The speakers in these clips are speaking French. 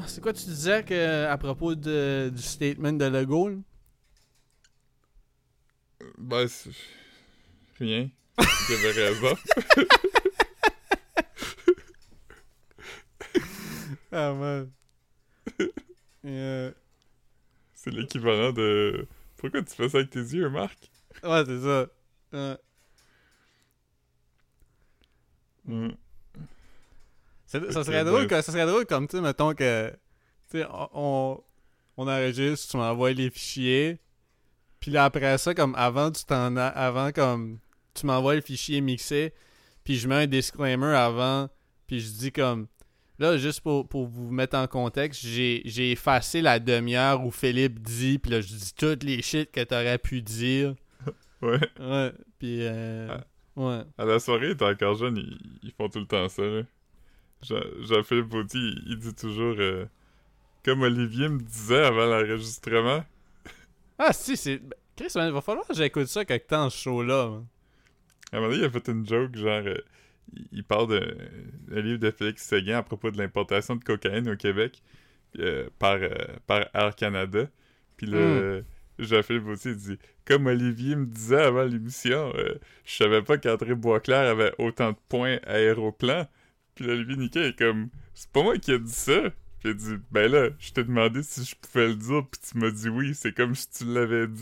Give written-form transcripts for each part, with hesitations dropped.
c'est quoi tu disais à propos du statement de Legault? Là? Ben, c'est... Rien. J'avais raison. Ah, man. Yeah. C'est l'équivalent de... Pourquoi tu fais ça avec tes yeux, Marc? Ouais, c'est ça. Mm. Ça serait drôle, ça serait drôle comme, tu sais, mettons que... Tu sais, on enregistre, tu m'envoies les fichiers, puis là, après ça, comme, avant, comme, tu m'envoies le fichier mixé, puis je mets un disclaimer avant, puis je dis comme... Là, juste pour vous mettre en contexte, j'ai effacé la demi-heure où Philippe dit, puis là, je dis toutes les shit que t'aurais pu dire. Ouais. Ouais, puis ouais. À la soirée, t'es encore jeune, ils font tout le temps ça, là. Jean-Philippe Vautier, il dit toujours... comme Olivier me disait avant l'enregistrement. Ah, si, c'est... Chris, man, il va falloir que j'écoute ça quelque temps, ce show-là. Man. À un moment donné, il a fait une joke, genre... il parle d'un livre de Félix Séguin à propos de l'importation de cocaïne au Québec par Air Canada. Puis là, Jean-Philippe Vautier dit « Comme Olivier me disait avant l'émission, je savais pas qu'André Boisclair avait autant de points à Aéroplan. » Puis là, Olivier Niquet est comme « C'est pas moi qui ai dit ça. » Puis il a dit « Ben là, je t'ai demandé si je pouvais le dire, puis tu m'as dit oui. C'est comme si tu l'avais dit. »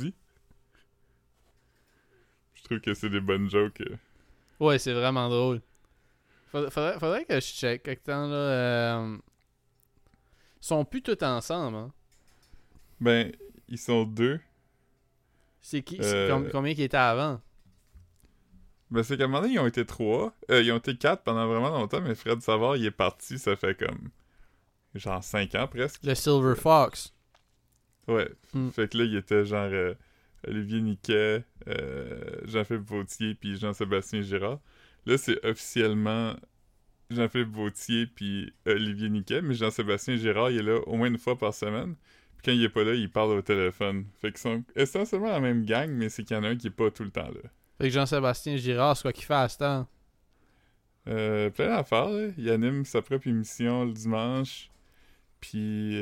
Je trouve que c'est des bonnes jokes. Ouais, c'est vraiment drôle. Faudrait que je check quelque temps, là. Ils sont plus tous ensemble, hein. Ben, ils sont deux. C'est qui? Combien qui étaient avant? Ben, c'est qu'à un moment donné, ils ont été 3. Ils ont été 4 pendant vraiment longtemps, mais Fred Savard, il est parti, ça fait comme... genre 5 ans, presque. Le Silver Fox. Ouais. Fait que là, il était genre... Olivier Niquet, Jean-Philippe Vautier, puis Jean-Sébastien Girard. Là, c'est officiellement Jean-Philippe Vautier, puis Olivier Niquet, mais Jean-Sébastien Girard, il est là au moins une fois par semaine. Puis quand il est pas là, il parle au téléphone. Fait qu'ils sont essentiellement la même gang, mais c'est qu'il y en a un qui est pas tout le temps là. Fait que Jean-Sébastien Girard, c'est quoi qu'il fait à ce temps? Plein d'affaires, là. Il anime sa propre émission le dimanche. Puis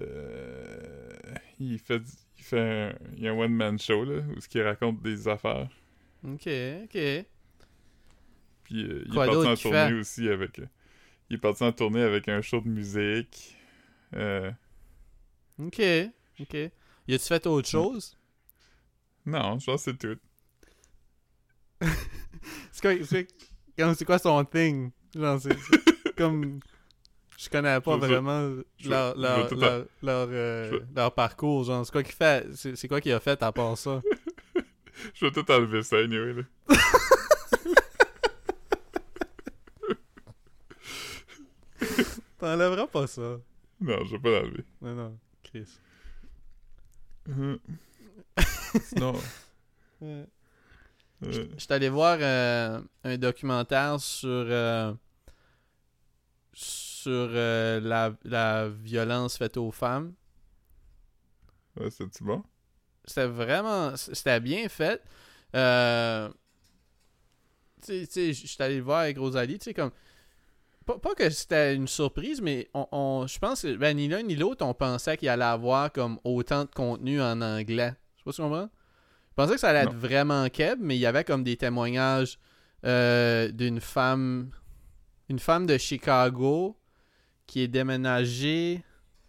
il y a un one-man show, là, où il raconte des affaires. Ok. Puis il est Quoi parti d'autre en qu'il tournée fait? aussi avec... il est parti en tournée avec un show de musique. Ok. Y a-tu fait autre chose? Non, je pense que c'est tout. C'est quoi son thing? Genre, c'est comme... Je connais pas vraiment leur parcours. Genre, c'est quoi qu'il fait? C'est quoi qu'il a fait à part ça? Je vais tout enlever ça, anyway, là. T'enlèveras pas ça. Non, je vais pas l'enlever. Non, Chris. Sinon... Je suis allé voir un documentaire sur la violence faite aux femmes. Ouais, c'est-tu bon? C'était bien fait. Tu sais, je suis allé le voir avec Rosalie, tu sais, comme... Pas que c'était une surprise, mais je pense que ni l'un ni l'autre, on pensait qu'il allait avoir comme autant de contenu en anglais. Je sais pas si tu comprends. Je pensais que ça allait être vraiment keb, mais il y avait comme des témoignages d'une femme de Chicago qui est déménagée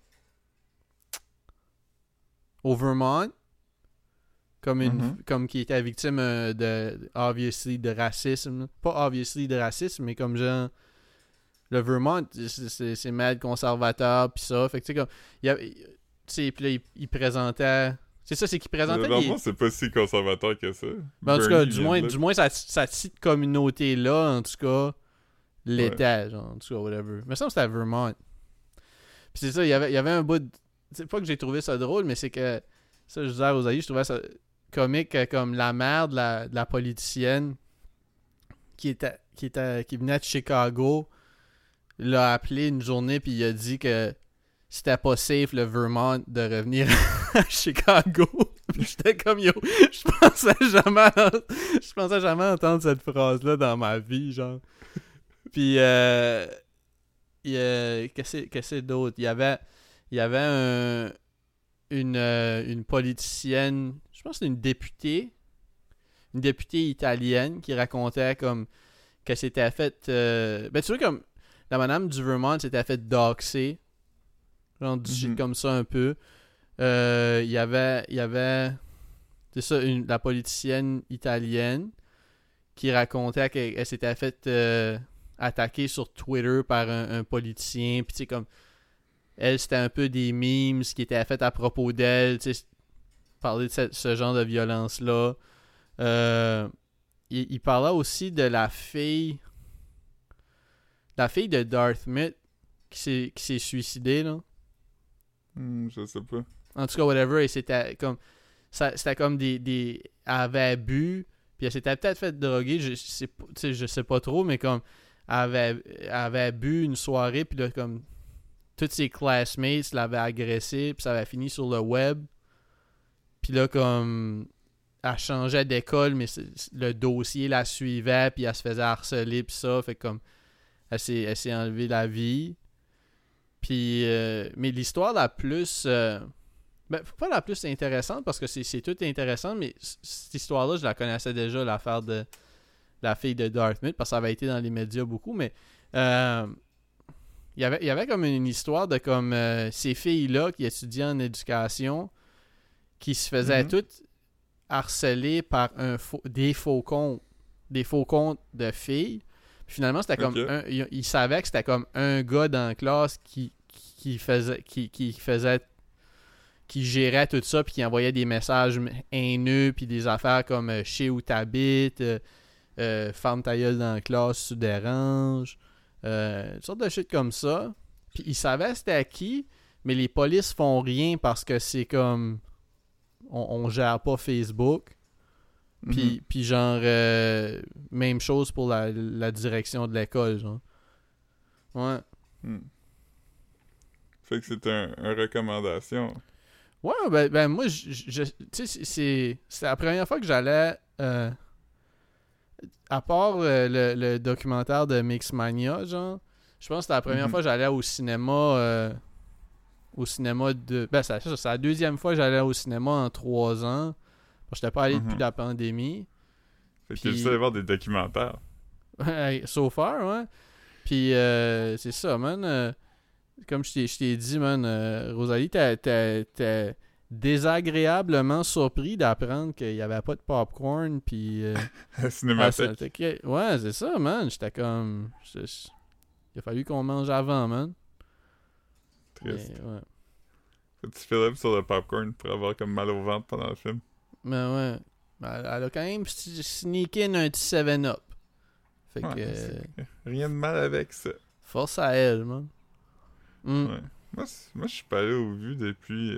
au Vermont comme qui était victime obviously de racisme. Pas obviously de racisme, mais comme genre le Vermont, c'est mad conservateur pis ça. Fait que tu sais comme puis là il présentait... C'est ça, c'est qu'il présentait Normalement, c'est pas si conservateur que ça. Ben, en tout cas, du moins cette petite communauté-là, en tout cas, l'était, genre, en tout cas, whatever. Mais ça, c'était à Vermont. Puis c'est ça, il y avait un bout de... C'est pas que j'ai trouvé ça drôle, mais c'est que... Ça, je disais à Rosalie, je trouvais ça comique comme la mère de la politicienne qui venait de Chicago l'a appelé une journée puis il a dit que c'était pas safe le Vermont de revenir à Chicago. Puis j'étais comme yo, je pensais jamais entendre cette phrase là dans ma vie, genre. Puis qu'est-ce que c'est d'autre? Il y avait il y avait une politicienne, je pense que c'est une députée italienne qui racontait comme qu'elle s'était faite... ben tu vois comme la madame du Vermont s'était faite doxer, genre du shit comme ça un peu. Il y avait c'est ça, la politicienne italienne qui racontait qu'elle s'était faite attaquer sur Twitter par un politicien, puis tu sais comme elle, c'était un peu des memes qui étaient faits à propos d'elle, tu sais, parler de ce genre de violence-là. Il parlait aussi de la fille de Darth Maul qui s'est suicidée, là. Je sais pas. En tout cas, whatever, et c'était comme des elle avait bu, puis elle s'était peut-être fait droguer, je sais pas trop, mais comme elle avait bu une soirée, puis là, comme tous ses classmates l'avaient agressé, puis ça avait fini sur le web. Puis là, comme elle changeait d'école, mais le dossier la suivait, puis elle se faisait harceler, puis ça, fait comme elle s'est enlevée la vie. Puis mais l'histoire la plus ben, pas la plus intéressante, parce que c'est tout intéressant, mais cette histoire-là, je la connaissais déjà, l'affaire de la fille de Darth Maul, parce que ça avait été dans les médias beaucoup, mais il y avait comme une histoire de comme ces filles-là qui étudiaient en éducation qui se faisaient toutes harceler par des faux comptes de filles. Puis finalement, c'était comme ils savaient que c'était comme un gars dans la classe qui gérait tout ça, puis qui envoyait des messages haineux, puis des affaires comme je sais où t'habites, ferme ta gueule dans la classe, tu déranges, une sorte de shit comme ça. Puis ils savaient c'était qui, mais les polices font rien parce que c'est comme on gère pas Facebook. Puis genre même chose pour la direction de l'école, genre. Ouais. Fait que c'est une recommandation. Ouais, ben moi, tu sais, c'est la première fois que j'allais, à part le documentaire de Mixmania, genre, je pense que c'était la première fois que j'allais au cinéma de... Ben, c'est la deuxième fois que j'allais au cinéma en 3 ans. Je n'étais pas allé depuis la pandémie. Fait que tu sais aller voir des documentaires. So far, ouais. Puis, c'est ça, man. Comme je t'ai dit, man, Rosalie, t'es désagréablement surpris d'apprendre qu'il n'y avait pas de popcorn, puis... Cinémathèque. Ouais, c'est ça, man. J'étais comme... Il a fallu qu'on mange avant, man. Triste. Mais, ouais. Faut que tu fill up sur le popcorn pour avoir comme mal au ventre pendant le film. Mais ouais. Elle a quand même sneaké un petit 7-up. Fait que... Rien de mal avec ça. Force à elle, man. Ouais. Moi, je suis pas allé au vu depuis...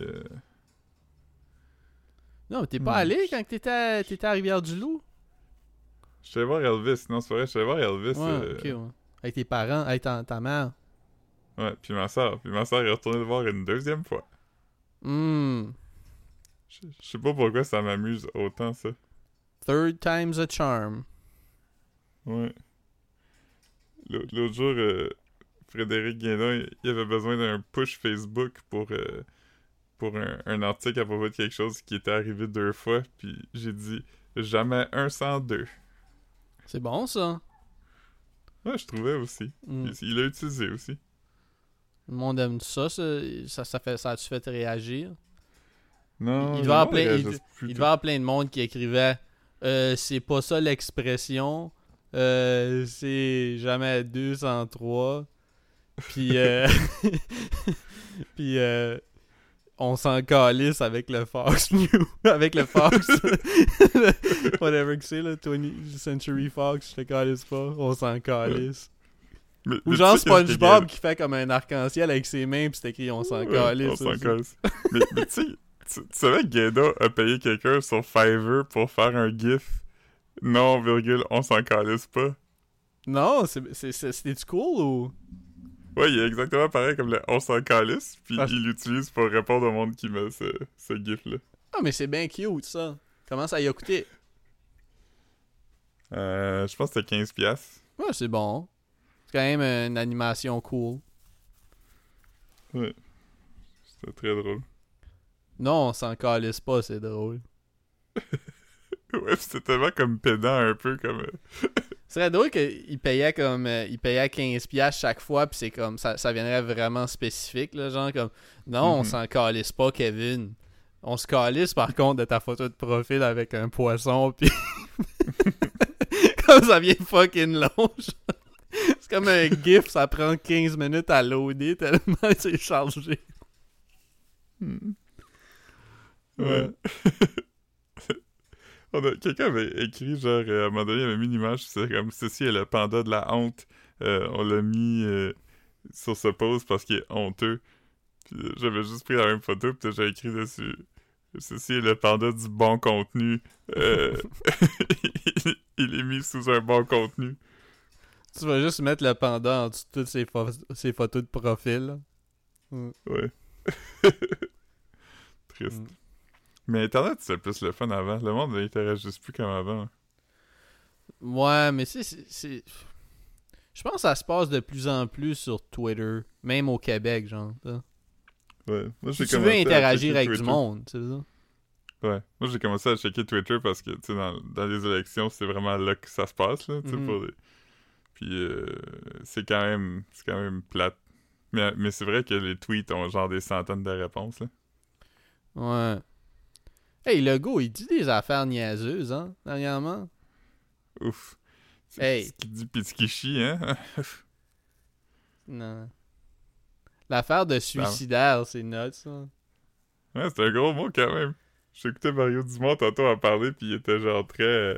Non, mais t'es pas allé quand t'étais à Rivière-du-Loup? Je suis allé voir Elvis. Non, c'est vrai, je suis allé voir Elvis. Ouais, ok, ouais. Avec tes parents, avec ta mère. Ouais, puis ma soeur. Puis ma soeur est retournée le voir une deuxième fois. Je sais pas pourquoi ça m'amuse autant, ça. Third time's a charm. Ouais. L'autre jour, Frédéric Guédon, il avait besoin d'un push Facebook pour un article à propos de quelque chose qui était arrivé 2 fois, puis j'ai dit jamais un sans deux. C'est bon, ça. Ouais, je trouvais aussi. Il l'a utilisé aussi. Le monde aime ça, ça a-tu fait réagir? Non, il devait avoir plein de monde qui écrivait c'est pas ça l'expression, c'est jamais 2 sans 3. Puis puis on s'en calisse avec le Fox News, avec le Fox whatever que c'est, là, 20th Century Fox, je te calisse pas, on s'en calisse. Ou genre SpongeBob qui fait comme un arc-en-ciel avec ses mains pis c'est écrit on s'en calisse. On s'en calisse. mais tu savais que Guédon a payé quelqu'un sur Fiverr pour faire un gif non, virgule, on s'en calisse pas? Non, c'était-tu cool ou... Ouais, il est exactement pareil comme le on s'en calisse, puis il l'utilise pour répondre au monde qui met ce gif-là. Ah, mais c'est bien cute, ça. Comment ça y a coûté? Je pense que c'était 15$. Ouais, c'est bon. C'est quand même une animation cool. Ouais. C'est très drôle. Non, on s'en calisse pas, c'est drôle. Ouais, pis c'est tellement comme pédant un peu comme... Ce serait drôle qu'il payait comme... il payait 15$ chaque fois, pis c'est comme... Ça viendrait vraiment spécifique, là, genre comme... Non, on s'en calisse pas, Kevin. On se calisse, par contre, de ta photo de profil avec un poisson, pis... comme ça vient fucking long, genre. C'est comme un gif, ça prend 15 minutes à loader tellement c'est chargé. Ouais. Quelqu'un avait écrit, genre, à un moment donné, il avait mis une image, c'est comme, ceci est le panda de la honte. On l'a mis sur ce post parce qu'il est honteux. Puis j'avais juste pris la même photo, puis j'ai écrit dessus, ceci est le panda du bon contenu. Il est mis sous un bon contenu. Tu vas juste mettre le panda en dessous de toutes ses photos de profil. Là. Ouais. Triste. Mais Internet, c'était plus le fun avant. Le monde n'interagit juste plus comme avant. Ouais, mais c'est... Je pense que ça se passe de plus en plus sur Twitter. Même au Québec, genre. Ouais. Moi, si tu veux interagir avec du monde, c'est ça? Ouais. Moi, j'ai commencé à checker Twitter parce que, tu sais, dans les élections, c'est vraiment là que ça se passe, là, tu sais, pour les... Puis, c'est quand même plate. Mais c'est vrai que les tweets ont genre des centaines de réponses, là. Ouais. Hey, le gars, il dit des affaires niaiseuses, hein, dernièrement. Ouf. Hey. Ce qu'il dit pis ce qu'il chie, hein? Non. L'affaire de suicidaire, c'est nuts, ça. Ouais, c'est un gros mot, quand même. J'ai écouté Mario Dumont tantôt en parler, pis il était genre très...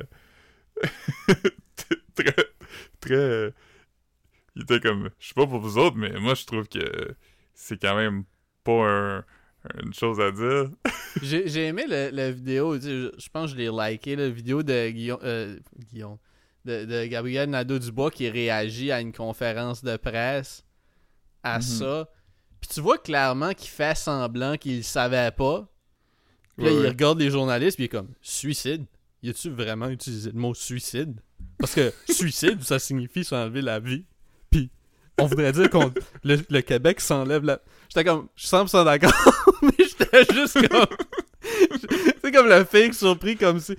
très... Il était comme... Je sais pas pour vous autres, mais moi, je trouve que c'est quand même pas une chose à dire. J'ai aimé la vidéo, je pense que je l'ai liké, la vidéo de Guillaume de Gabriel Nadeau-Dubois qui réagit à une conférence de presse à ça. Puis tu vois clairement qu'il fait semblant qu'il le savait pas. Puis là, il regarde les journalistes puis il est comme « Suicide? Y a-tu vraiment utilisé le mot suicide? Parce que suicide, ça signifie s'enlever la vie. Puis on voudrait dire que le Québec s'enlève la... » J'étais comme, je suis 100% d'accord, mais j'étais juste comme... c'est comme le fake surpris, comme si...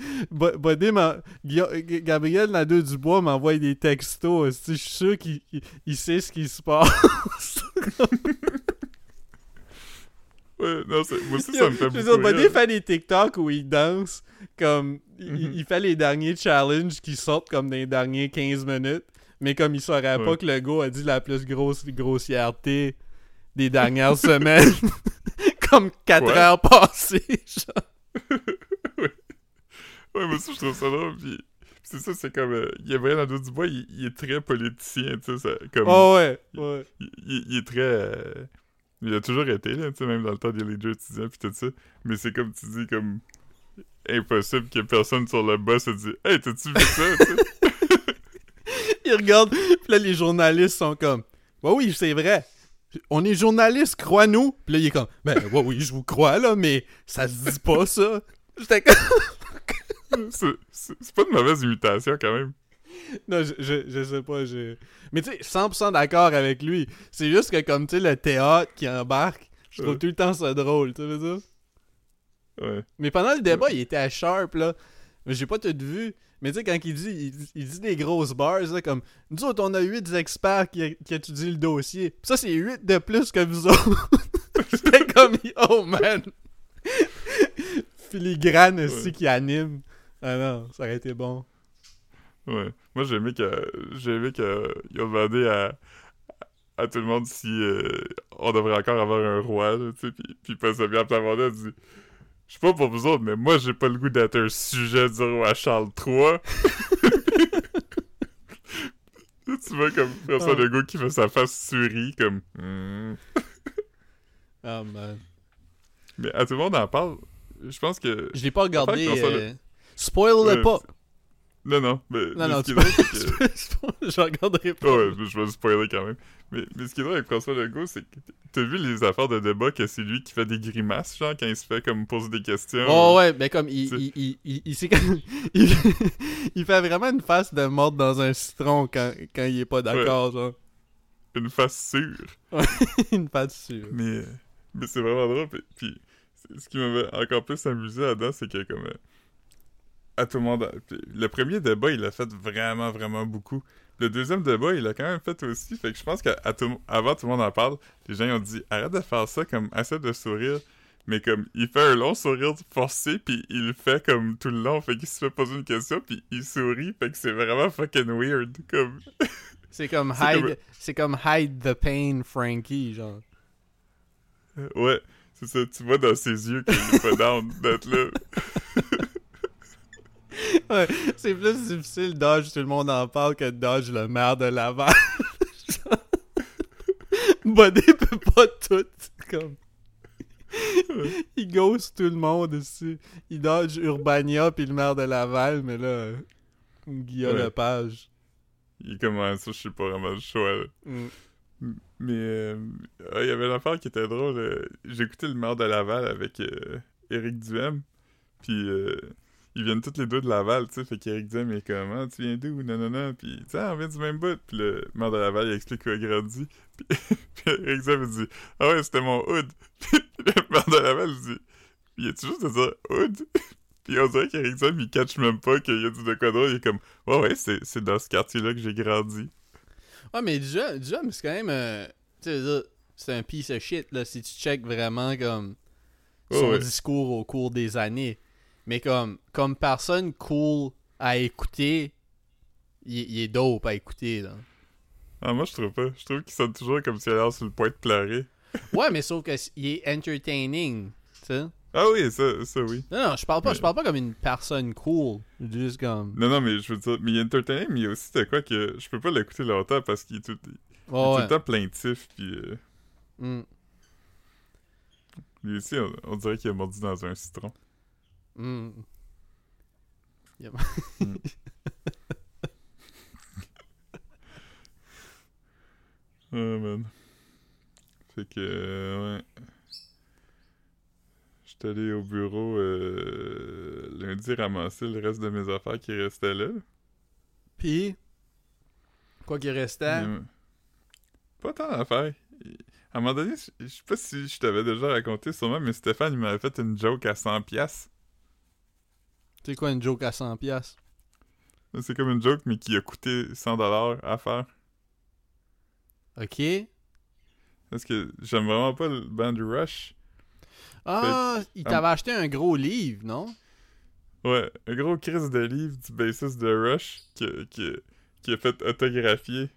Gabriel Nadeau-Dubois m'envoie des textos, je suis sûr qu'il sait ce qui se passe. Ouais, non, moi aussi, ça me fait beaucoup rire. Bodé fait des TikTok où il danse, comme... il fait les derniers challenges qui sortent comme dans les derniers 15 minutes, mais comme il saurait pas que le gars a dit la plus grosse grossièreté des dernières semaines, comme 4 heures passées, genre. Ouais, mais ça, je trouve ça drôle, pis c'est ça, c'est comme... Gabriel Nadeau-Dubois, il est très politicien, tu sais, comme... Oh ouais. Il est très... il a toujours été, là, tu sais, même dans le temps des leaders étudiants, pis tout ça, mais c'est comme tu dis, comme... impossible que personne sur le bas se dise « Hey, t'as-tu vu ça? » Il regarde, pis là, les journalistes sont comme « Ouais, oui, c'est vrai. On est journalistes, crois-nous. » Pis là, il est comme « Ben, ouais, oui, je vous crois, là, mais ça se dit pas, ça. » J'étais comme... c'est pas une mauvaise imitation, quand même. Non, je sais pas, mais tu sais, 100% d'accord avec lui. C'est juste que, comme, tu sais, le théâtre qui embarque, je trouve tout le temps ça drôle, tu sais ça? Ouais. Mais pendant le débat, il était à sharp, là. Mais j'ai pas tout vu. Mais tu sais, quand il dit des grosses bars, là, comme nous autres, on a 8 experts qui étudient le dossier. Pis ça, c'est 8 de plus que vous autres. C'était comme, oh man. Filigrane aussi qui anime. Ah non, ça aurait été bon. Ouais. Moi, j'ai aimé qu'ils ont demandé à tout le monde si on devrait encore avoir un roi, là, tu sais. Puis Paul Saint-Pierre Plamondon a dit « Je sais pas pour vous autres, mais moi, j'ai pas le goût d'être un sujet du roi Charles III. » Tu vois comme François Legault qui fait sa face souris, comme Oh man. Mais à tout le monde en parle. Je pense que... Je l'ai pas regardé. Spoil-le pas. Non, mais non, ce qui est drôle, c'est que... Je regarderai pas. Ouais, je vais le spoiler quand même. Mais ce qui est drôle avec François Legault, c'est que t'as vu les affaires de débat que c'est lui qui fait des grimaces, genre, quand il se fait comme poser des questions. Oh ouais, mais comme il c'est comme... il fait vraiment une face de morte dans un citron quand il est pas d'accord, genre. Une face sûre. Ouais, une face sûre. Mais Mais c'est vraiment drôle. Puis ce qui m'avait encore plus amusé là-dedans, c'est que comme... à tout le monde... Le premier débat, il a fait vraiment, vraiment beaucoup. Le deuxième débat, il a quand même fait aussi. Fait que je pense qu'avant tout le monde en parle, les gens ils ont dit « Arrête de faire ça, comme, essaie de sourire. » Mais comme, il fait un long sourire forcé, puis il le fait comme tout le long. Fait qu'il se fait poser une question, puis il sourit. Fait que c'est vraiment fucking weird. Comme... C'est comme hide the pain, Frankie, genre. Ouais, c'est ça. Tu vois dans ses yeux qu'il est pas down d'être là. Ouais, c'est plus difficile dodge tout le monde en parle que dodge le maire de Laval. Buddy peut pas tout. Comme... il ghost tout le monde ici. Il dodge Urbania puis le maire de Laval, mais là, Guillaume Lepage. Il commence ça, je sais pas vraiment le choix. Là. Mais il y avait une affaire qui était drôle. J'ai écouté le maire de Laval avec Éric Duhem. Puis ils viennent tous les deux de Laval, tu sais. Fait qu'Éric Duhem est comme ah, tu viens d'où? Nanana. Puis tu sais, on vient du même bout. Puis le maire de Laval, il explique où il a grandi. Puis Éric Duhem il dit ah ouais, c'était mon hood. Puis le maire de Laval il dit y a-tu juste de dire hood? Puis on dirait qu'Éric Duhem il catch même pas qu'il y a du de quoi drôle. Il est comme ouais, c'est dans ce quartier-là que j'ai grandi. Ouais, mais Duhem, c'est quand même tu sais, c'est un piece of shit là si tu check vraiment comme son discours au cours des années. Mais comme personne cool à écouter, il est dope à écouter là. Ah, moi je trouve pas. Je trouve qu'il sonne toujours comme s'il a l'air sur le point de pleurer. Ouais, mais sauf qu'il est entertaining, tu sais. Ah oui, ça oui. Non, je parle pas comme une personne cool. Juste comme... Non, mais je veux dire, mais il est entertaining, mais il y a aussi de quoi que je peux pas l'écouter longtemps parce qu'il est tout le temps plaintif, puis... Lui aussi, on dirait qu'il a mordu dans un citron. Yep. Oh man. Fait que, ouais. J'étais allé au bureau lundi ramasser le reste de mes affaires qui restaient là. Pis, quoi qu'il restait? Pas tant d'affaires. À un moment donné, je sais pas si je t'avais déjà raconté sûrement, mais Stéphane, il m'avait fait une joke à 100$. C'est quoi une joke à 100$? C'est comme une joke, mais qui a coûté 100$ à faire. Ok. Parce que j'aime vraiment pas le band Rush. Ah, il t'avait acheté un gros livre, non? Ouais, un gros crise de livre du bassiste de Rush qui a fait autographier.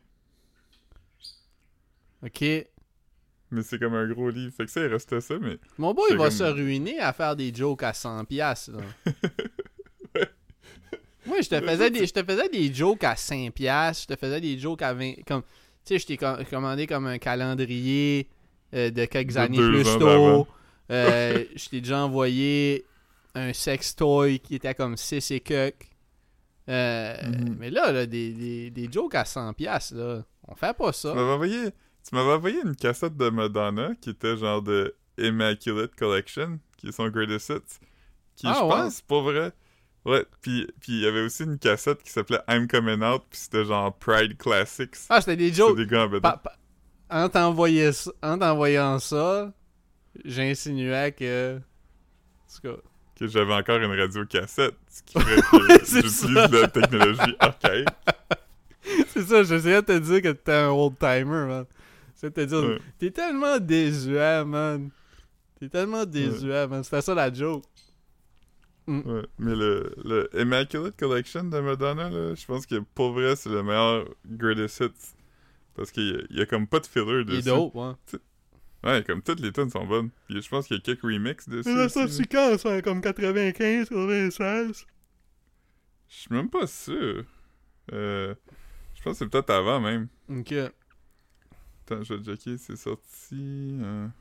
Ok. Mais c'est comme un gros livre. Fait que ça, il restait ça, mais... Mon boy, il va se ruiner à faire des jokes à 100$, là. Ouais. Moi, je te faisais des jokes à 5$, je te faisais des jokes à 20$. Comme, tu sais, je t'ai commandé comme un calendrier de quelques années plus tôt. Je t'ai déjà envoyé un sextoy qui était comme 6 et quelques. Mais là, des jokes à 100$, là, on fait pas ça. Tu m'avais envoyé une cassette de Madonna qui était genre de Immaculate Collection, qui est son Greatest Hits. Qui, je pense, pour vrai... Ouais, puis il y avait aussi une cassette qui s'appelait I'm Coming Out, puis c'était genre Pride Classics. Ah, c'était des jokes. C'était des gars en béton. En t'envoyant ça, j'insinuais que... Que j'avais encore une radio cassette, ce qui ferait que j'utilise la technologie archaïque. C'est ça, j'essayais de te dire que t'étais un old-timer, man. C'est de te dire, t'es tellement désuet, man. Man. C'était ça la joke. Ouais, mais le Immaculate Collection de Madonna, là, je pense que pour vrai, c'est le meilleur Greatest Hits. Parce qu'il y a comme pas de filler dessus. Il est dope, ouais. Ouais, comme toutes les tunes sont bonnes. Puis je pense qu'il y a quelques remixes dessus. Mais ça, c'est quand, ça? Comme 95, 96? Je suis même pas sûr. Je pense que c'est peut-être avant même. Ok. Attends, je vais checker, c'est sorti en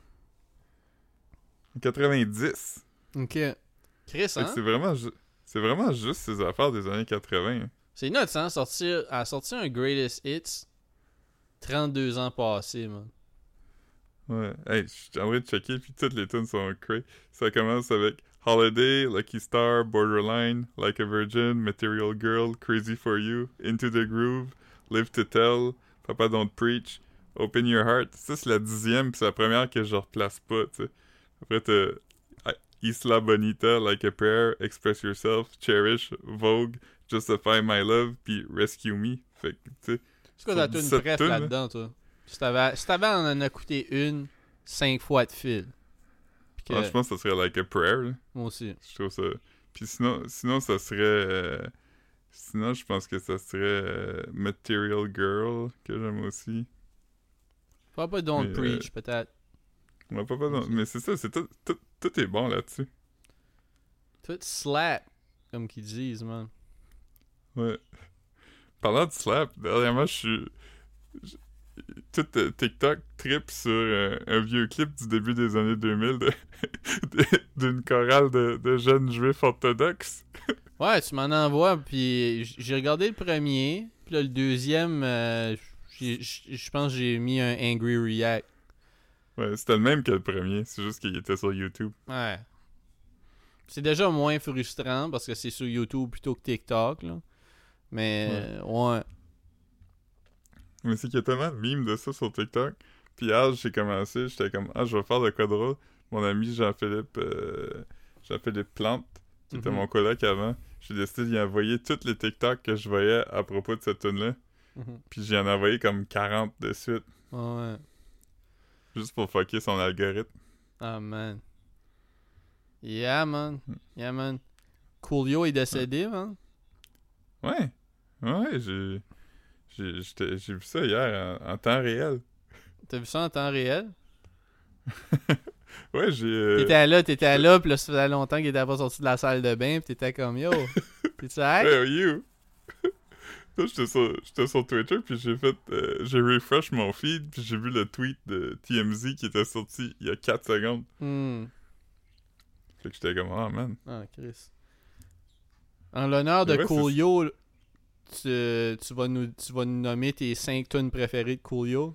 90. Ok. Chris, hein? C'est vraiment juste ces affaires des années 80. C'est nuts, hein? Elle a sorti un Greatest Hits 32 ans passés, man. Ouais. Hey, je suis en train de checker, puis toutes les tunes sont cray. Ça commence avec Holiday, Lucky Star, Borderline, Like a Virgin, Material Girl, Crazy for You, Into the Groove, Live to Tell, Papa Don't Preach, Open Your Heart. Ça, c'est la 10e, puis c'est la première que je replace pas, tu sais. Après, t'as Isla Bonita, Like a Prayer, Express Yourself, Cherish, Vogue, Justify My Love, puis Rescue Me. Fait que, tu sais... C'est quoi ta tune préf là-dedans, toi? Si t'avais on en a écouté une 5 fois de fil. Que... je pense que ça serait Like a Prayer, là. Moi aussi. Je trouve ça... Puis sinon ça serait... Sinon, je pense que ça serait Material Girl, que j'aime aussi. Pas Don't Preach, peut-être. Ouais, pas mais c'est ça, c'est tout est bon là-dessus. Tout slap, comme qu'ils disent, man. Ouais. Parlant de slap, dernièrement, tout TikTok trip sur un vieux clip du début des années 2000 d'une chorale de jeunes juifs orthodoxes. Ouais, tu m'en envoies, puis j'ai regardé le premier, puis là, le deuxième, je pense que j'ai mis un Angry React. Ouais, c'était le même que le premier, c'est juste qu'il était sur YouTube. Ouais. C'est déjà moins frustrant, parce que c'est sur YouTube plutôt que TikTok, là. Mais, ouais. Mais c'est qu'il y a tellement de mimes de ça sur TikTok. Puis hier, j'ai commencé, j'étais comme, je vais faire de quoi drôle. Mon ami Jean-Philippe Plante, qui était mon coloc avant, j'ai décidé d'y envoyer tous les TikTok que je voyais à propos de cette tune-là. Puis j'y en ai envoyé comme 40 de suite. Ouais. Juste pour fucker son algorithme. Ah, man. Yeah, man. Yeah, man. Coolio est décédé, man. Ouais. Ouais, j'ai vu ça hier en temps réel. T'as vu ça en temps réel? Ouais, j'ai... T'étais là, pis là, ça faisait longtemps qu'il était pas sorti de la salle de bain, pis t'étais comme, yo, t'es-tu high? Hey, you! Là, j'étais sur Twitter, puis j'ai refresh mon feed, puis j'ai vu le tweet de TMZ qui était sorti il y a 4 secondes. Fait que j'étais comme, man. Ah, Chris. En l'honneur de Coolio, tu vas nous nommer tes 5 tunes préférées de Coolio?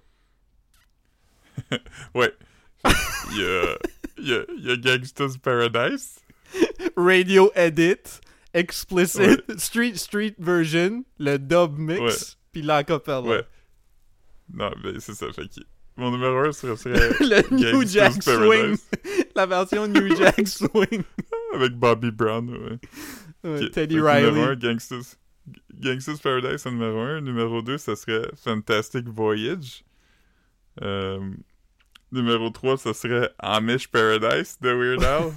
Ouais. Il y a Gangsta's Paradise. Radio Edit. Explicit. Street version. Le dub mix. Puis l'acapella. Ouais. Non, mais c'est ça. Fait que mon numéro 1 serait le New Jack Swing. La version New Jack Swing. Avec Bobby Brown, ouais. Okay. Teddy Riley. Numéro 1, Gangsta's Paradise en numéro 1. Numéro 2, ça serait Fantastic Voyage. Numéro 3, ça serait Amish Paradise de Weird Al.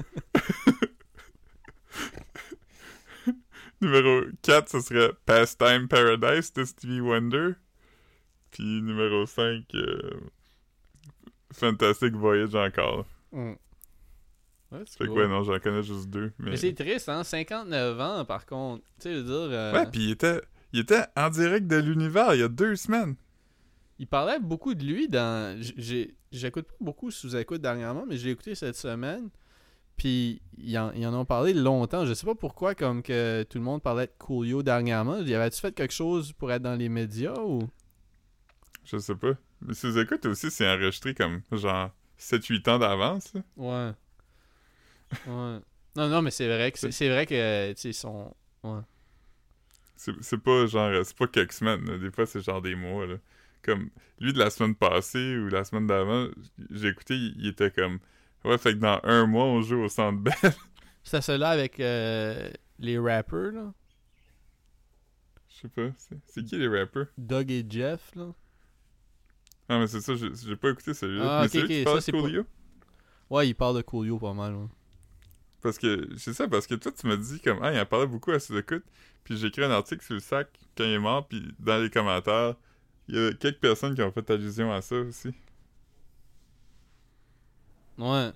Numéro 4, ça serait Pastime Paradise de Stevie Wonder. Puis numéro 5, Fantastic Voyage encore. Ouais, fait cool. Que non, j'en connais juste 2. Mais c'est triste, hein? 59 ans, par contre. Tu sais, je veux dire... Ouais, puis il était en direct de l'univers il y a 2 semaines. Il parlait beaucoup de lui dans... J'écoute pas beaucoup sous-écoute dernièrement, mais j'ai écouté cette semaine. Puis ils en ont parlé longtemps. Je sais pas pourquoi, comme que tout le monde parlait de Coolio dernièrement. Y avait-tu fait quelque chose pour être dans les médias ou... Je sais pas. Mais sous-écoute aussi, c'est enregistré comme genre 7-8 ans d'avance. Là. Ouais. Ouais. Non, mais c'est vrai que tu sais, son... Ouais. C'est pas genre... C'est pas quelques semaines. Là. Des fois, c'est genre des mois. Là. Comme lui de la semaine passée ou la semaine d'avant, j'ai écouté, il était comme... Ouais, fait que dans 1 mois, on joue au Centre Bell. C'était celui-là avec les rappers, là? Je sais pas. C'est qui les rappers? Doug et Jeff, là? Ah, mais c'est ça, j'ai pas écouté celui-là. Ah, mais c'est lui qui parle de Coolio? Ouais, il parle de Coolio pas mal, ouais. Parce que, c'est ça, parce que toi, tu m'as dit comme, il en parlait beaucoup à sous-écoute, puis j'ai écrit un article sur le sac quand il est mort, puis dans les commentaires, il y a quelques personnes qui ont fait allusion à ça aussi. Ouais.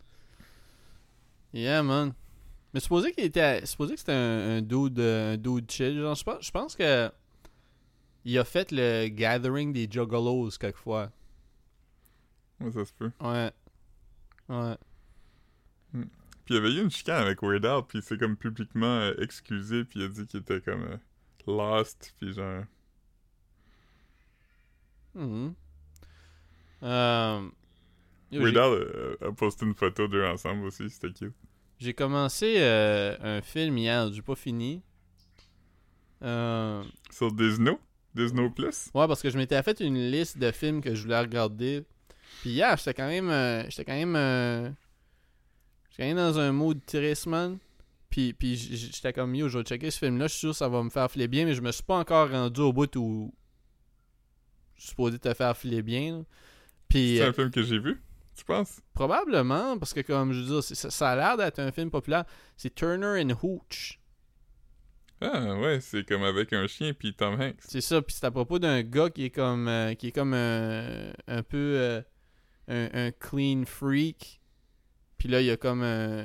Yeah, man. Mais supposé que c'était un dude chill. Genre, je pense que il a fait le gathering des Juggalos quelquefois. Ouais, ça se peut. Ouais. Ouais. Puis il y avait eu une chicane avec Weird Al, puis il s'est comme publiquement excusé, puis il a dit qu'il était comme lost, puis genre... Weird Al a posté une photo d'eux ensemble aussi, c'était cute. J'ai commencé un film hier, j'ai pas fini. Sur Disney? Disney Plus? Ouais, parce que je m'étais fait une liste de films que je voulais regarder. Puis hier, j'étais quand même dans un mood triste, man. Puis j'étais comme, yo, je vais checker ce film-là, je suis sûr que ça va me faire filer bien, mais je me suis pas encore rendu au bout où je suis supposé te faire filer bien. Là. Puis, C'est un film que j'ai vu, tu penses? probablement, parce que comme je veux dire, ça a l'air d'être un film populaire. C'est Turner and Hooch. Ah ouais, c'est comme avec un chien puis Tom Hanks. C'est ça, puis c'est à propos d'un gars qui est comme un peu un clean freak. Puis là, il y a comme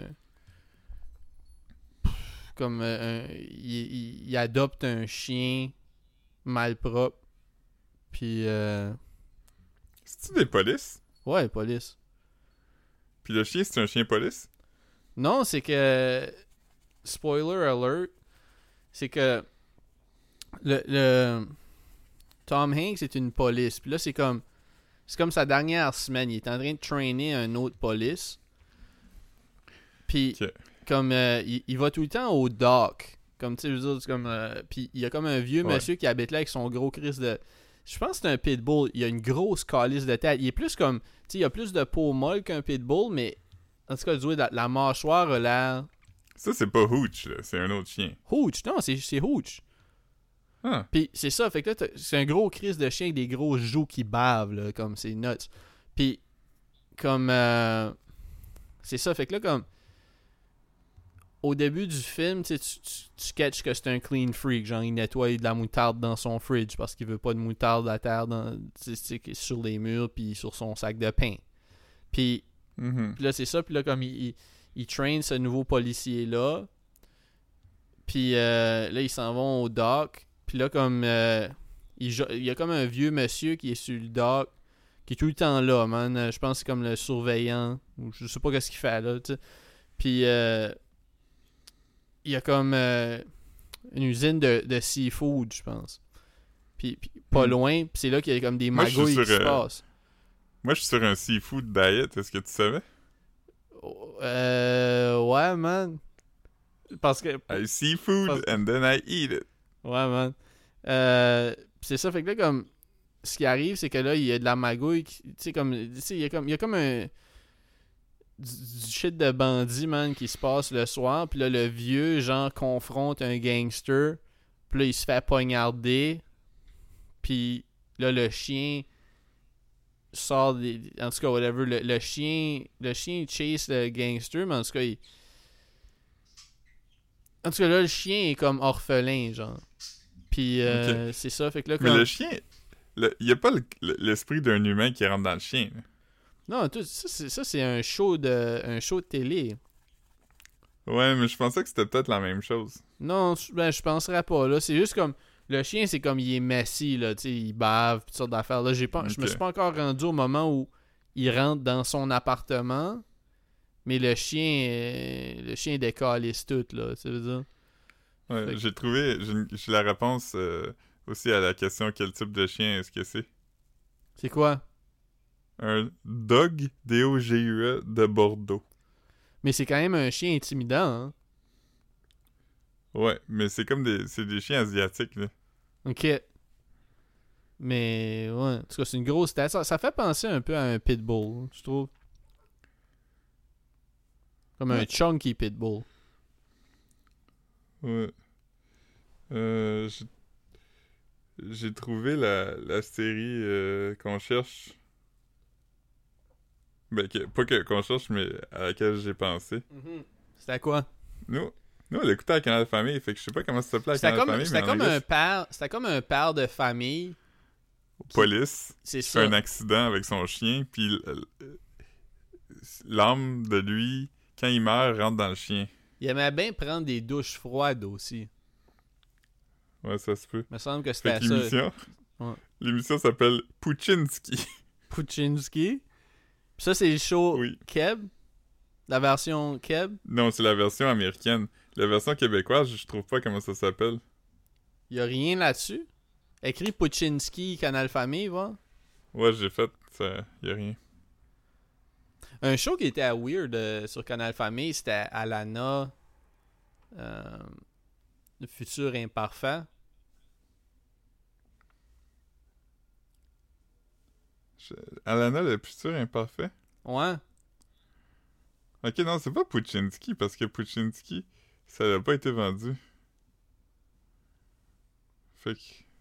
il adopte un chien malpropre. Puis C'est-tu des polices? ouais, police. Puis le chien, c'est un chien police? Non, c'est que spoiler alert, c'est que le Tom Hanks est une police. Puis là, c'est comme sa dernière semaine. Il est en train de traîner un autre police. Puis, Ok. comme, il va tout le temps au dock. Comme, tu sais, je veux dire, c'est comme... puis, il y a comme un vieux monsieur qui habite là avec son gros crise de... Je pense que c'est un pitbull. Il a une grosse calice de tête. Il est plus comme... Tu sais, il a plus de peau molle qu'un pitbull, mais... En tout cas, la mâchoire a l'air... Ça, c'est pas Hooch, là. C'est un autre chien. Hooch. Non, c'est Hooch. Ah. Puis c'est ça, fait que là, c'est un gros crise de chien avec des gros joues qui bavent, là, comme c'est nuts. Puis, comme... c'est ça, fait que là, comme... Au début du film, tu catches que c'est un clean freak. Genre, il nettoie de la moutarde dans son fridge parce qu'il veut pas de moutarde à terre sur les murs puis sur son sac de pain. Puis là, c'est ça. Puis là, comme il traîne ce nouveau policier-là. Puis là, ils s'en vont au dock. Puis là, comme il y a comme un vieux monsieur qui est sur le dock, qui est tout le temps là, man. Je pense que c'est comme le surveillant. Ou je sais pas qu'est-ce qu'il fait là, tu sais. Puis il y a comme une usine de seafood, je pense. Puis pas loin, puis c'est là qu'il y a comme des magouilles qui se passent. Moi, je suis sur un seafood diet, est-ce que tu savais? Ouais, man. Parce que... I see food and then I eat it. Ouais, man. C'est ça, fait que là, comme... Ce qui arrive, c'est que là, il y a de la magouille, tu sais, comme... Tu sais, il y a comme un... Du shit de bandit, man, qui se passe le soir. Puis là, le vieux, genre, confronte un gangster. Puis là, il se fait poignarder. Puis là, le chien sort des... En tout cas, whatever. Le chien chase le gangster, mais en tout cas, En tout cas, là, le chien est comme orphelin, genre. Puis c'est ça, fait que là... Mais le chien... Il y a pas l'esprit d'un humain qui rentre dans le chien, là. Non, ça c'est un show de télé. Ouais, mais je pensais que c'était peut-être la même chose. Non, je penserais pas, là. C'est juste comme... Le chien, c'est comme il est messy, là, tu sais, il bave, toutes sortes d'affaires. Là, je me suis pas encore rendu au moment où il rentre dans son appartement, mais le chien décalisse tout, là, tu veux dire. Ouais, j'ai la réponse aussi à la question quel type de chien est-ce que c'est. C'est quoi? Un Dog, D-O-G-U-E, de Bordeaux. Mais c'est quand même un chien intimidant, hein? Ouais, mais c'est comme c'est des chiens asiatiques, là. Ok. Mais, ouais, en tout cas, c'est une grosse tête. Ça fait penser un peu à un pitbull, je trouve. Comme un chunky pitbull. Ouais. J'ai trouvé la série qu'on cherche. Ben, qu'on cherche, mais à laquelle j'ai pensé. C'était quoi? Nous, on l'écoutait à Canal Famille, fait que je sais pas comment ça s'appelait à Canal Famille. C'était comme un père de famille. Police. C'est qui ça. fait un accident avec son chien, puis l'âme de lui, quand il meurt, rentre dans le chien. Il aimait bien prendre des douches froides aussi. Ouais, ça se peut. Il me semble que c'était fait ça. L'émission s'appelle Puchinski. Puchinski. Puis ça, c'est le show Oui. Keb? La version Keb? Non, c'est la version américaine. La version québécoise, je trouve pas comment ça s'appelle. Il y a rien là-dessus? Écrit Puchinski, Canal Famille, va? Ouais, j'ai fait, ça, y a rien. Un show qui était weird sur Canal Famille, c'était Alana, le futur imparfait. Alana, le futur imparfait? Ouais. Ok, non, c'est pas Puchinski, parce que Puchinski, ça n'a pas été vendu. Fait que...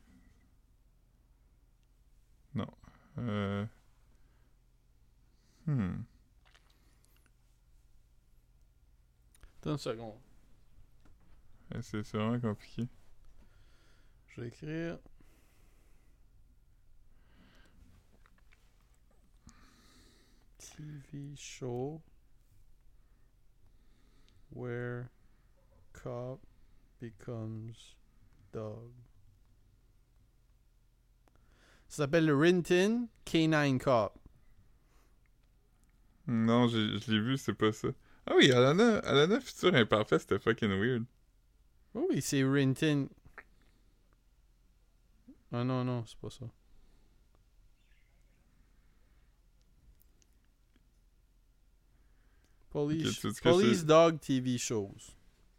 Non. Hmm. Attends une seconde. C'est vraiment compliqué. Je vais écrire. TV show where cop becomes dog. Ça s'appelle Rintin K9 Cop. Non, je l'ai vu, c'est pas ça. Ah oui, Alana futur imparfait, c'était fucking weird. Oh oui, c'est Rintin. Ah non, non, c'est pas ça. Police, Okay, Police Dog TV shows.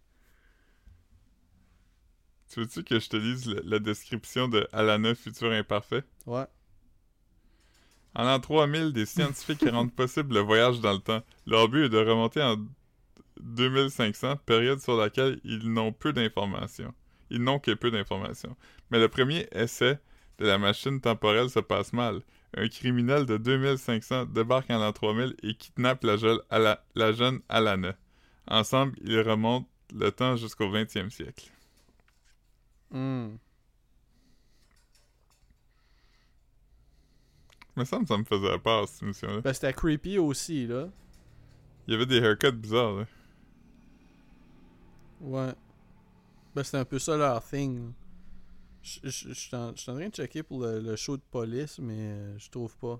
Tu veux-tu que je te lise la description de Alana futur imparfait? Ouais. En l'an 3000, des scientifiques rendent possible le voyage dans le temps. Leur but est de remonter en 2500, période sur laquelle ils n'ont peu d'informations. Ils n'ont que peu d'informations. Mais le premier essai de la machine temporelle se passe mal. Un criminel de 2500 débarque en l'an 3000 et kidnappe la jeune Alana. Ensemble, ils remontent le temps jusqu'au 20e siècle. Mm. Mais ça me faisait peur, cette émission-là. Ben, c'était creepy aussi, là. Il y avait des haircuts bizarres, là. Ouais. Ben, c'était un peu ça leur thing. Je suis en train de checker pour le show de police, mais je trouve pas.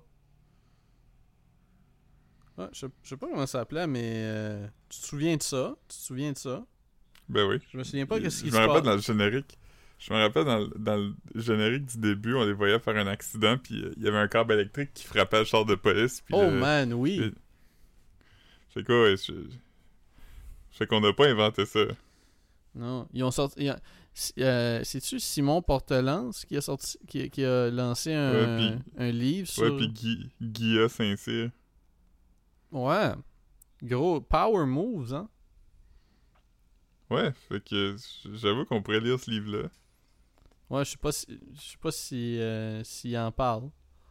Ouais, je sais pas comment ça s'appelait, mais tu te souviens de ça? Tu te souviens de ça? Ben oui. Je me souviens pas qu'est-ce qui se Je me rappelle passe. dans le générique. Je me rappelle dans le générique du début, on les voyait faire un accident, puis il y avait un câble électrique qui frappait le char de police. Puis Oh man, oui! C'est quoi, ouais, c'est qu'on n'a pas inventé ça. Non, ils ont sorti... c'est-tu Simon Portelance qui a sorti qui a lancé un livre sur... Ouais, puis Guilla Saint-Cyr. Ouais. Gros, power moves, hein? Ouais, fait que j'avoue qu'on pourrait lire ce livre-là. Ouais, je sais pas s'il en parle.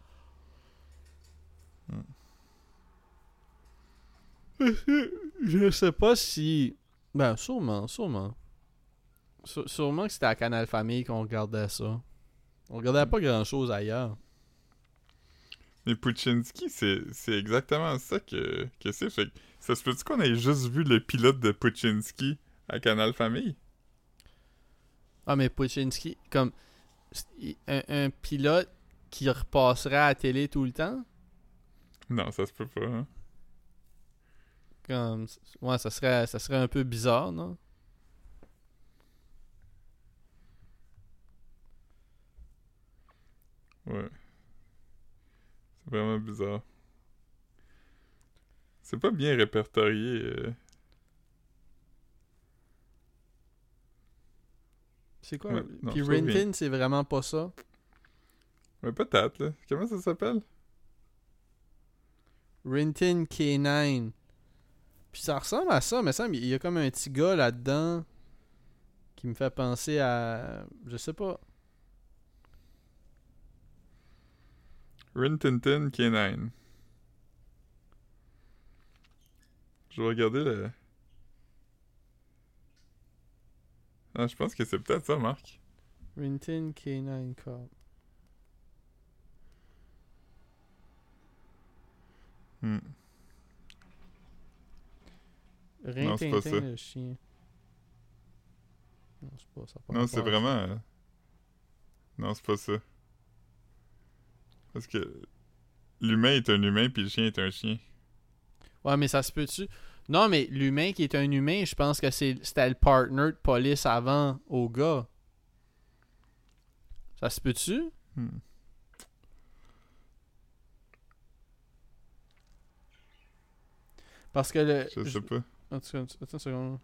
Je sais pas si... Ben, sûrement. Sûrement que c'était à Canal Famille qu'on regardait ça. On regardait pas grand-chose ailleurs. Mais Puchinski, c'est exactement ça que c'est. Fait que ça se peut-tu qu'on ait juste vu le pilote de Puchinski à Canal Famille? Ah, mais Puchinski, comme... Un pilote qui repasserait à la télé tout le temps? Non, ça se peut pas, hein. Comme... Ouais, ça serait un peu bizarre, non? Ouais. C'est vraiment bizarre. C'est pas bien répertorié. C'est quoi? Ouais, non, Puis je trouve rien. Rintin, c'est vraiment pas ça? Mais peut-être, là. Comment ça s'appelle? Rintin K9. Puis ça ressemble à ça, mais ça, il y a comme un petit gars là-dedans qui me fait penser à... Je sais pas. Rin Tintin K9. Je vais regarder le... Ah, je pense que c'est peut-être ça, Marc. Rintin K9 Cop. Hmm. Non, c'est pas ça. Rintintin le chien. Non, c'est pas ça. Non, c'est vraiment... Non, c'est pas ça. Parce que l'humain est un humain, puis le chien est un chien. Ouais, mais ça se peut-tu? Non, mais l'humain qui est un humain, je pense que c'était le partner de police avant au gars. Ça se peut-tu? Hmm. Parce que le... Je sais pas. Attends une seconde.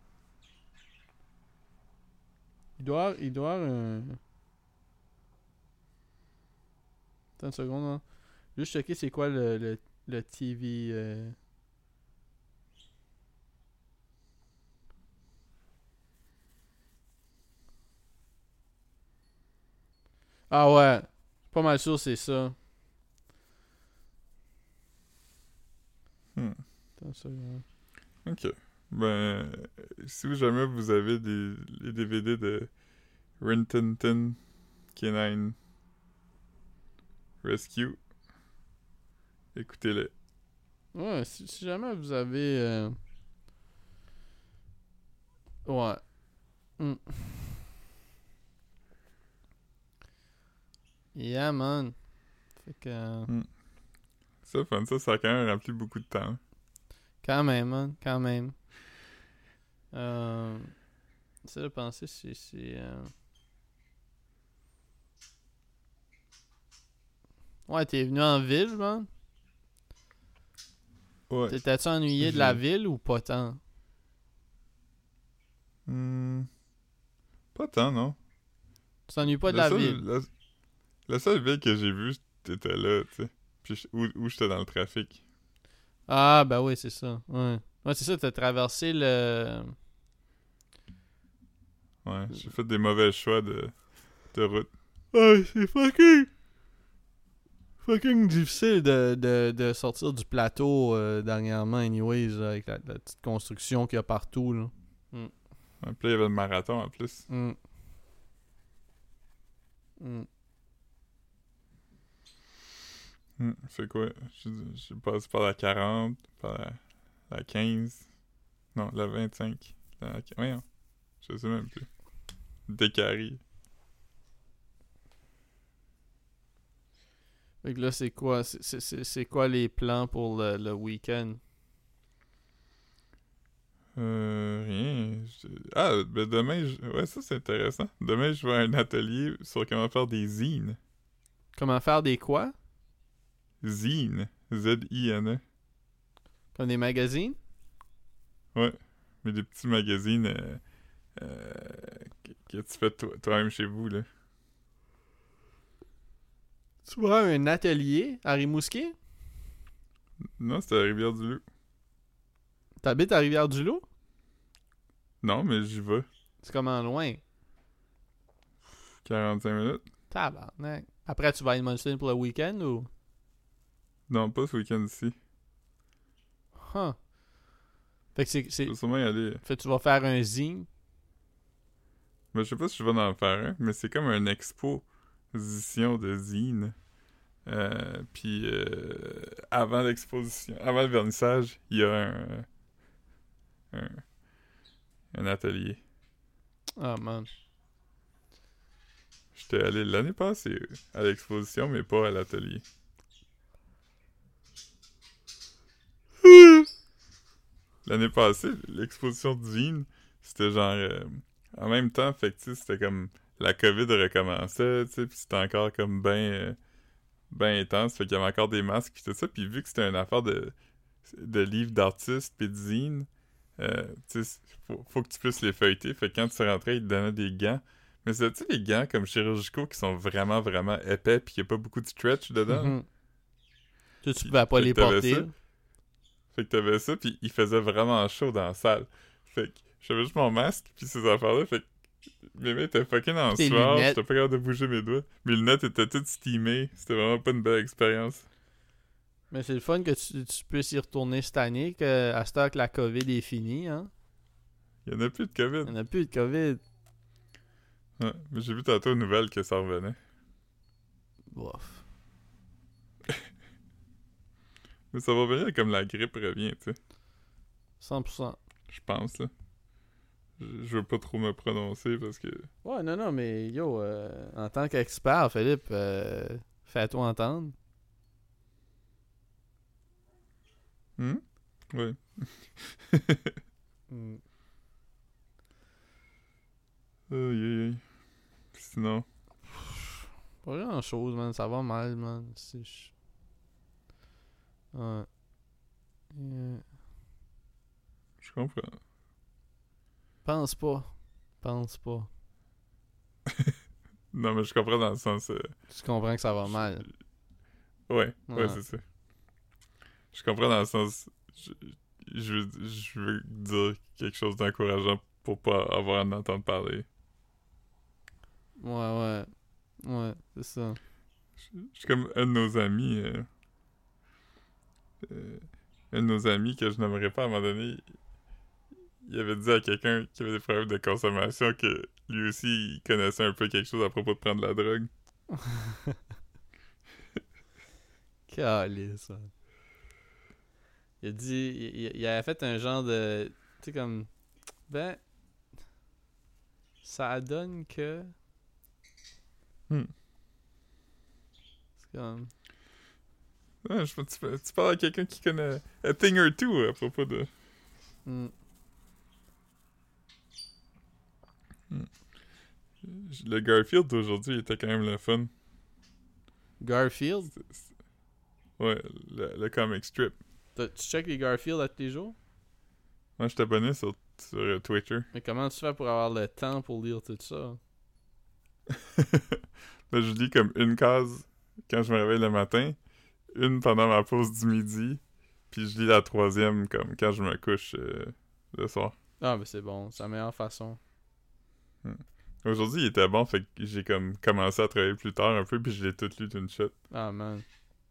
Il doit avoir un... Attends une seconde, hein. Juste checker c'est quoi le TV. Ah ouais. Pas mal sûr c'est ça. Attends ça. Ok. Ben, si jamais vous avez les DVD de Rin Tin Tin Canine Rescue, écoutez-les. Ouais, si jamais vous avez. Ouais. Hmm. Yeah, man. Fait que. Ça, fun, ça a quand même rempli beaucoup de temps. Quand même, man. Quand même. J'essaie de penser si c'est. Ouais, t'es venu en ville, man? Ouais. T'étais-tu ennuyé de la ville ou pas tant? Pas tant, non. Tu t'ennuies pas de la ville? La seule ville que j'ai vue, c'était là, tu sais. Puis où j'étais dans le trafic. Ah, ben oui, c'est ça. Ouais. Ouais, c'est ça, t'as traversé le. Ouais, j'ai fait des mauvais choix de route. Ouais, c'est fucking difficile de sortir du plateau dernièrement, anyways, avec la petite construction qu'il y a partout, là. Puis là, il y avait le marathon en plus. C'est quoi? J'ai passé par la 40, par la 15. Non, la 25. Voyons. Je sais même plus. Décari. Fait que là, c'est quoi? C'est quoi les plans pour le week-end? Rien. Ben demain, ouais, ça c'est intéressant. Demain, je vais à un atelier sur comment faire des zines. Comment faire des quoi? Zines. Z-I-N-E. Comme des magazines? Ouais. Mais des petits magazines que tu fais toi-même chez vous, là. Tu vois un atelier à Rimouski? Non, c'était à Rivière-du-Loup. T'habites à Rivière-du-Loup? Non, mais j'y vais. C'est comment loin? 45 minutes. Tabarnak. Après, tu vas à Edmundston pour le week-end ou? Non, pas ce week-end ici. Huh. Fait que Je vais sûrement y aller. Fait que tu vas faire un zine. Mais je sais pas si je vais en faire un, mais c'est comme une exposition de zine. Puis avant l'exposition, avant le vernissage, il y a un atelier. Ah, man. J'étais allé l'année passée à l'exposition, mais pas à l'atelier. L'année passée, l'exposition de zine, c'était genre en même temps, fait que tu sais, c'était comme la COVID recommençait, tu sais, pis c'était encore comme ben intense, fait qu'il y avait encore des masques pis tout ça, pis vu que c'était une affaire de livres d'artistes pis de zine, tu sais, faut que tu puisses les feuilleter, fait que quand tu rentrais, ils te donnaient des gants, mais c'est, tu sais, les gants comme chirurgicaux qui sont vraiment, vraiment épais pis qu'il y a pas beaucoup de stretch dedans. Tu pouvais pas les porter. Fait que t'avais ça, pis il faisait vraiment chaud dans la salle. Fait que j'avais juste mon masque, pis ces affaires-là, fait que mes mains étaient fucking en sueur, j'étais pas capable de bouger mes doigts. Mes lunettes étaient toutes steamées, c'était vraiment pas une belle expérience. Mais c'est le fun que tu puisses y retourner cette année, à cette heure que la COVID est finie, hein? Il y en a plus de COVID. Il y en a plus de COVID. Ouais, mais j'ai vu tantôt une nouvelle que ça revenait. Bof. Mais ça va revenir comme la grippe revient, tu sais. 100%. Je pense, là. Je veux pas trop me prononcer parce que... Ouais, non, mais yo, en tant qu'expert, Philippe, fais-toi entendre. Oui. Aïe. Sinon... Pas grand-chose, man. Ça va mal, man. Ouais. Je comprends. Pense pas. Non, mais je comprends dans le sens... Tu comprends que ça va mal. Ouais, c'est ça. Je comprends dans le sens... Je veux dire quelque chose d'encourageant pour pas avoir à en entendre parler. Ouais, c'est ça. Je suis comme un de nos amis... un de nos amis que je n'aimerais pas à un moment donné, il avait dit à quelqu'un qui avait des problèmes de consommation que lui aussi, il connaissait un peu quelque chose à propos de prendre de la drogue. Calisse, man. Il a dit... Il avait fait un genre de... Tu sais, comme... Ben... Ça donne que... Hmm. C'est comme... Ouais, je pense que tu parles à quelqu'un qui connaît a thing or two à propos de... Hmm. Le Garfield d'aujourd'hui était quand même le fun. Garfield? Ouais, le comic strip. Tu check les Garfield à tous les jours? Moi, je t'abonnais sur Twitter. Mais comment tu fais pour avoir le temps pour lire tout ça? Là, je lis comme une case quand je me réveille le matin, une pendant ma pause du midi, puis je lis la troisième comme quand je me couche le soir. Ah, mais c'est bon. C'est la meilleure façon. Aujourd'hui, il était bon, fait que j'ai comme commencé à travailler plus tard un peu, puis je l'ai tout lu d'une shot. Ah, man.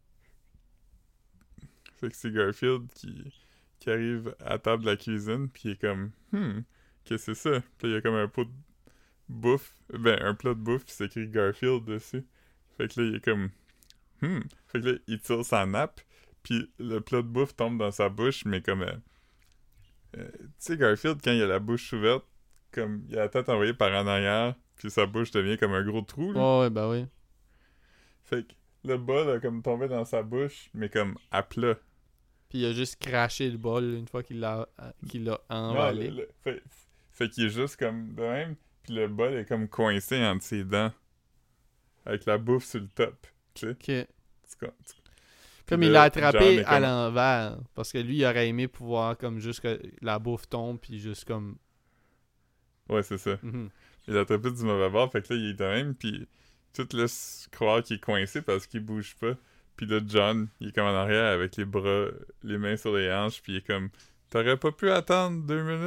Fait que c'est Garfield qui arrive à table de la cuisine, puis il est comme qu'est-ce que c'est ça? Puis là, il y a comme un pot de bouffe, un plat de bouffe, puis c'est écrit Garfield dessus. Fait que là, il est comme Fait que là, il tire sa nappe, puis le plat de bouffe tombe dans sa bouche, mais comme tu sais, Garfield, quand il a la bouche ouverte, comme il a la tête envoyée par en arrière, puis sa bouche devient comme un gros trou, là. Ouais, bah oui. Fait que le bol a comme tombé dans sa bouche, mais comme à plat. Puis il a juste craché le bol une fois qu'il l'a envalé. Non, fait qu'il est juste comme de même, puis le bol est comme coincé entre ses dents, avec la bouffe sur le top, tu sais. Ok. Tu- Comme Puis il là, l'a attrapé John est à comme- l'envers. Parce que lui, il aurait aimé pouvoir comme juste que la bouffe tombe, puis juste comme... Ouais, c'est ça. Mhm. Il a attrapé du mauvais bord, fait que là, il est de même, puis tout laisse croire qu'il est coincé parce qu'il bouge pas. Puis là, John, il est comme en arrière avec les bras, les mains sur les hanches, puis il est comme « T'aurais pas pu attendre 2 minutes? »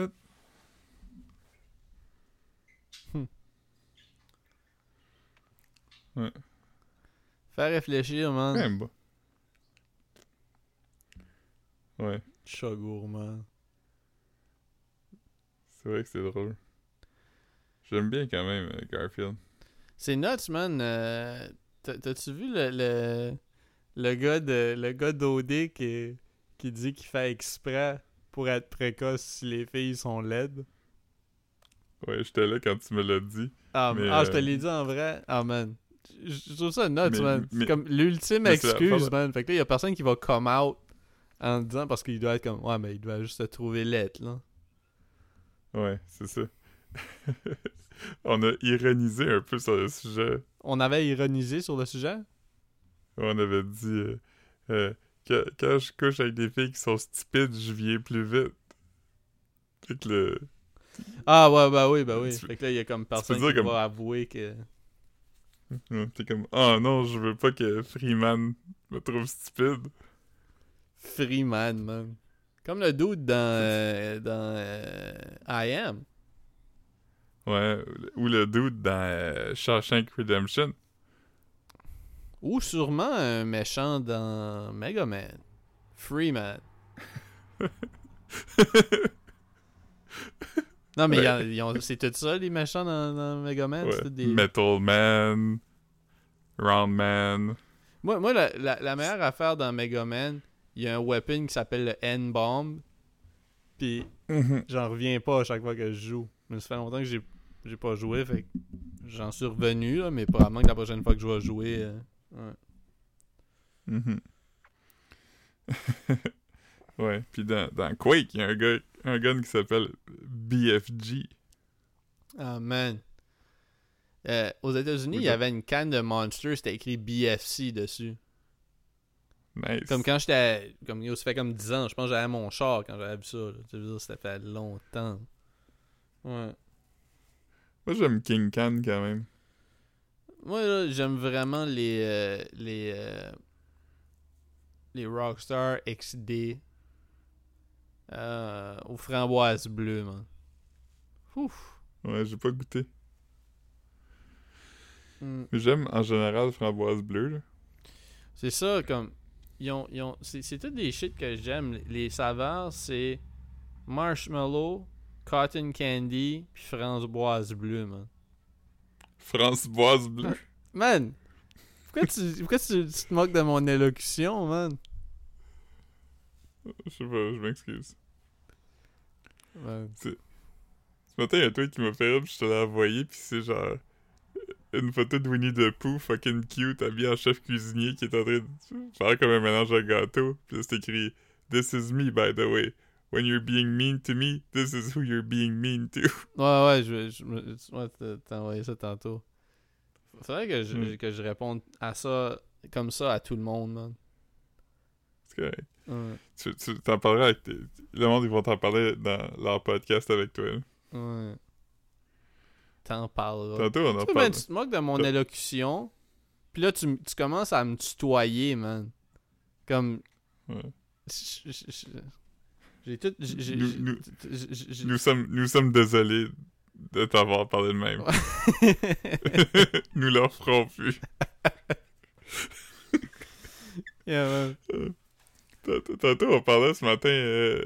Ouais. Faire réfléchir, man. Même bon. Ouais, Chat gourmand. c'est vrai que c'est drôle. J'aime bien quand même Garfield. C'est nuts, man. T'as-tu vu le gars d'OD qui dit qu'il fait exprès pour être précoce si les filles sont laides? Ouais, j'étais là quand tu me l'as dit. Ah, Mais, je te l'ai dit en vrai. Ah, man. Je trouve ça nuts, man. C'est mais- comme l'ultime mais c'est la excuse, forme- man. Fait que là, y a personne qui va come out en disant parce qu'il doit être comme, ouais, mais il doit juste se trouver laide, là. Ouais, c'est ça. On a ironisé un peu sur le sujet. On avait ironisé sur le sujet? On avait dit quand je couche avec des filles qui sont stupides, je viens plus vite. Fait que le... Ah, ouais, bah oui. Tu- Fait que là, il y a comme personne dire qui comme- va avouer que... T'es comme oh non, je veux pas que Freeman me trouve stupide. Freeman, man. Comme le dude dans I Am. Ouais, ou le dude dans Shawshank Redemption. Ou sûrement un méchant dans Mega Man. Freeman. Non, mais Ouais. c'est tout ça, les méchants dans Mega Man? Ouais. C'est tout des... Metal Man, Round Man. Moi la meilleure affaire dans Mega Man, il y a un weapon qui s'appelle le N-Bomb. Puis j'en reviens pas à chaque fois que je joue. Mais ça fait longtemps que j'ai pas joué, fait que j'en suis revenu, là, mais probablement que la prochaine fois que je vais jouer... ouais. Mhm. Ouais, puis dans Quake, il y a un gun qui s'appelle BFG. Ah, man. Aux États-Unis, il y avait une canne de Monster, c'était écrit BFC dessus. Nice. Comme quand j'étais... Comme ça fait comme 10 ans, je pense que j'avais mon char quand j'avais vu ça. Là. Tu veux dire, ça fait longtemps. Ouais. Moi, j'aime King Can quand même. Moi, là, j'aime vraiment les Rockstar XD aux framboises bleues, man. Ouf. Ouais, j'ai pas goûté. Mm. Mais j'aime en général framboise bleue, là. C'est ça, comme. C'est toutes des shit que j'aime. Les saveurs, c'est marshmallow, cotton candy, puis framboise bleue, man. Framboise bleue? Man! Pourquoi tu te moques de mon élocution, man? Je sais pas, je m'excuse. Ouais. Ce matin, il y a toi qui m'a fait rire, pis je te l'ai envoyé, pis c'est genre une photo de Winnie the Pooh, fucking cute, habillé en chef cuisinier, qui est en train de faire comme un mélange de gâteau. Pis là, c'est écrit « This is me, by the way. When you're being mean to me, this is who you're being mean to. » Ouais, t'as envoyé ça tantôt. Faudrait que je réponde à ça, comme ça, à tout le monde, man. C'est correct. Ouais. Tu t'en parleras avec le monde, ils vont t'en parler dans leur podcast avec toi. Là. Ouais. T'en parleras. Tantôt, on en Tu parle. te moques de mon élocution, puis là, tu commences à me tutoyer, man. Comme... Ouais. J'ai tout... Nous sommes désolés de t'avoir parlé de même. Nous leur ferons plus. Yeah, man. Tantôt, on parlait ce matin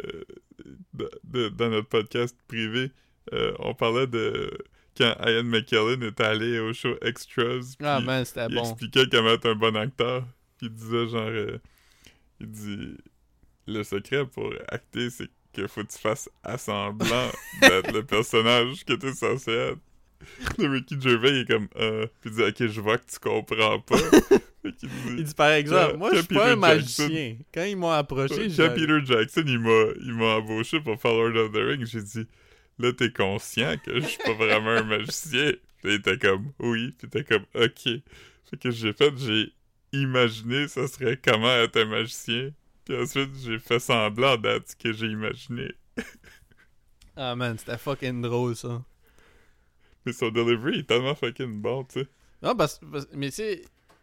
dans notre podcast privé. On parlait de quand Ian McKellen est allé au show Extras. Ah, man, c'était il bon. expliquait comment être un bon acteur. Il disait genre... il dit... Le secret pour acter, c'est qu'il faut que tu fasses assemblant d'être le personnage que t'es censé être. Le Ricky Gervais, il est comme... Puis il dit, OK, je vois que tu comprends pas. Il dit, par exemple, moi, je suis pas un magicien. Quand ils m'ont approché, quand Peter Jackson, il m'a embauché pour faire Lord of the Rings, j'ai dit, là, t'es conscient que je suis pas vraiment un magicien? Puis il était comme, oui. Puis il était comme, OK. Fait que j'ai imaginé ça serait comment être un magicien. Puis ensuite, j'ai fait semblant d'être ce que j'ai imaginé. Ah, man, c'était fucking drôle, ça. Mais son delivery est tellement fucking bon, tu sais. Non, mais c'est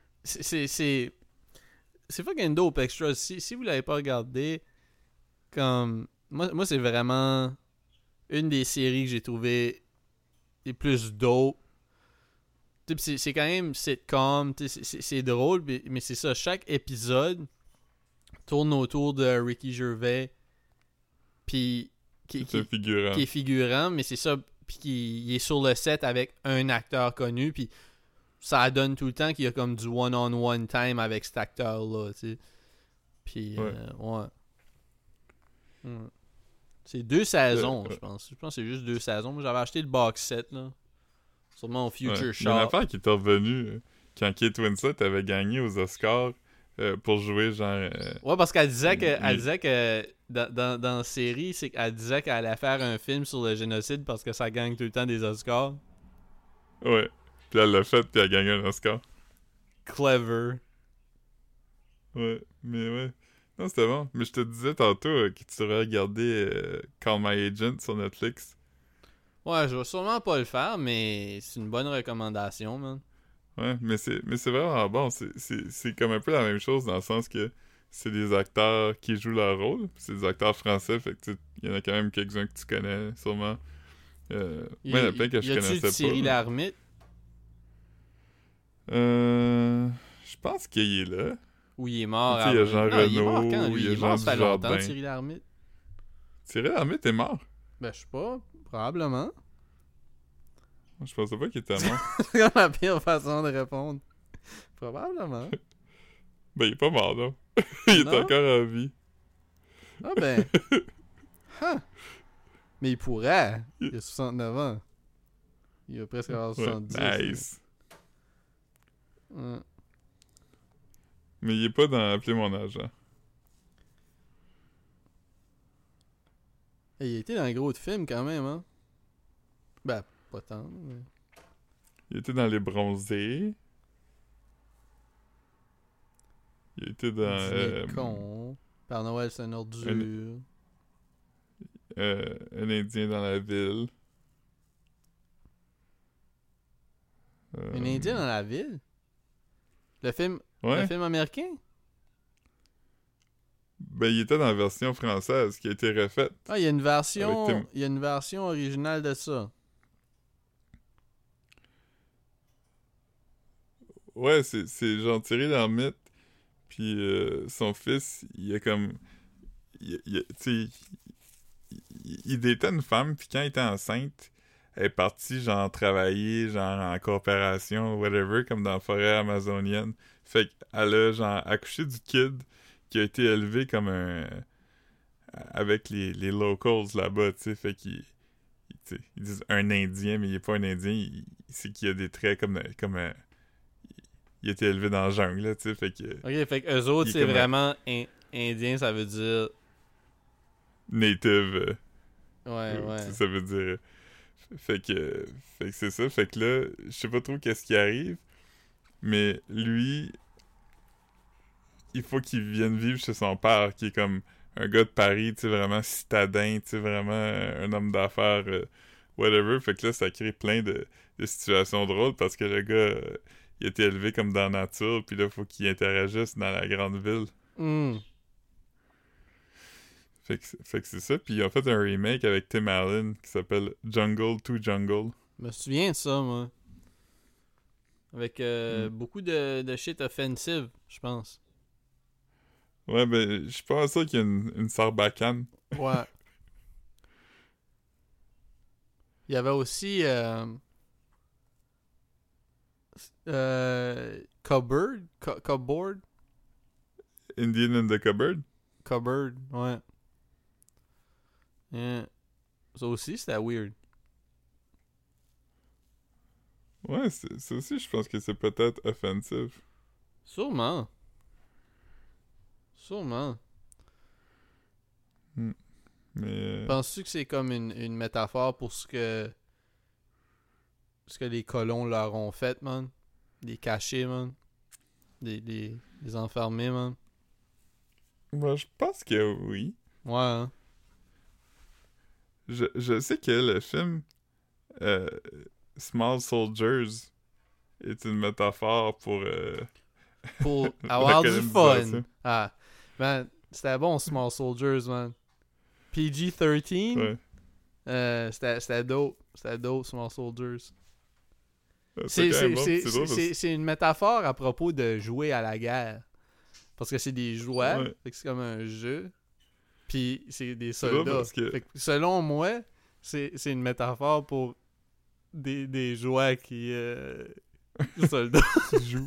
fucking dope, Extras. Si vous l'avez pas regardé, comme... Moi, c'est vraiment une des séries que j'ai trouvé les plus dope. C'est quand même sitcom, c'est drôle, mais c'est ça. Chaque épisode tourne autour de Ricky Gervais, puis qui est figurant, mais c'est ça, puis qui est sur le set avec un acteur connu, puis ça donne tout le temps qu'il y a comme du one-on-one time avec cet acteur-là, tu sais. Puis, ouais. C'est 2 saisons, je pense. Je pense que c'est juste 2 saisons. Moi, j'avais acheté le box set, là. Sûrement au Future Shop. Il y a une affaire qui est revenue quand Kate Winslet avait gagné aux Oscars pour jouer genre... Ouais, parce qu'elle disait que dans la série, c'est qu'elle disait qu'elle allait faire un film sur le génocide parce que ça gagne tout le temps des Oscars. Ouais. Puis elle l'a fait, puis elle a gagné un Oscar. Clever. Ouais, mais ouais. Non, c'était bon. Mais je te disais tantôt que tu devrais regarder Call My Agent sur Netflix. Ouais, je vais sûrement pas le faire, mais c'est une bonne recommandation, man. Ouais, mais c'est vraiment bon. C'est comme un peu la même chose dans le sens que c'est des acteurs qui jouent leur rôle. C'est des acteurs français, fait que il y en a quand même quelques-uns que tu connais, sûrement. Il y en a plein que je connaissais pas. Thierry Lhermitte? Je pense qu'il est là. Ou il est mort. Il y a Jean Reno, il est mort quand, lui? il y a Il est mort, Jean ça fait longtemps, Dujardin. Thierry Lhermitte. Thierry Lhermitte est mort? Ben, je sais pas. Probablement. Je pensais pas qu'il était mort. C'est comme la pire façon de répondre. Probablement. Ben, il est pas mort, là. Il est encore en vie. Ah ben. Huh. Mais il pourrait. Il a 69 ans. Il va presque avoir 70. Nice. Ouais. Mais il est pas dans Appeler mon agent. Et il a été dans un gros de film quand même, hein? Ben, pas tant, mais... Il était dans Les Bronzés. Il était dans... con. Père Noël, c'est un ordure. Un Indien dans la ville. Un Indien dans la ville? Le film... Ouais. Le film américain? Ben, il était dans la version française qui a été refaite. Ah, il y a une version... Il y a une version originale de ça. Ouais, c'est genre tiré dans le mythe. Puis son fils, il est comme... tu sais, il datait une femme, puis quand il était enceinte, elle est partie, genre, travailler, genre, en coopération, whatever, comme dans la forêt amazonienne. Fait qu'elle a, genre, accouché du kid qui a été élevé comme un... avec les locals là-bas, tu sais. Fait qu'ils... Ils disent un Indien, mais il est pas un Indien. C'est qu'il a des traits comme un... Il a été élevé dans la jungle, là, tu sais. Fait que... Ok, fait que eux autres, c'est vraiment... Indien, ça veut dire... Native. Ouais. Ça veut dire... Fait que c'est ça. Fait que là, je sais pas trop qu'est-ce qui arrive, mais lui, il faut qu'il vienne vivre chez son père, qui est comme un gars de Paris, tu sais, vraiment citadin, tu sais, vraiment un homme d'affaires, whatever. Fait que là, ça crée plein de situations drôles parce que le gars, il a été élevé comme dans la nature, puis là, faut qu'il interagisse dans la grande ville. Fait que c'est ça. Puis ils ont fait un remake avec Tim Allen qui s'appelle Jungle to Jungle. Je me souviens de ça, moi. Avec beaucoup de shit offensive, je pense. Ouais, ben, je suis pas sûr qu'il y a une sarbacane. Ouais. Il y avait aussi... Cupboard? Cupboard? Indian in the Cupboard? Cupboard, ouais. Yeah. Ça aussi, c'était weird. Ouais, ça aussi, je pense que c'est peut-être offensif. Sûrement. Mais... Penses-tu que c'est comme une métaphore pour ce que les colons leur ont fait, man? Les cachés, man? Les enfermer, man? Moi, je pense que oui. Ouais, hein? Je sais que le film Small Soldiers est une métaphore pour pour avoir du fun. colonisation. Ah, man, c'était bon, Small Soldiers, man. PG-13, Ouais. c'était dope. C'était dope, Small Soldiers. C'est quand même bon, c'est drôle parce- C'est une métaphore à propos de jouer à la guerre. Parce que c'est des jouets, Ouais. fait que c'est comme un jeu. Puis c'est des C'est drôle soldats. parce que- Fait que selon moi, c'est une métaphore pour des jouets qui... soldats. qui joue.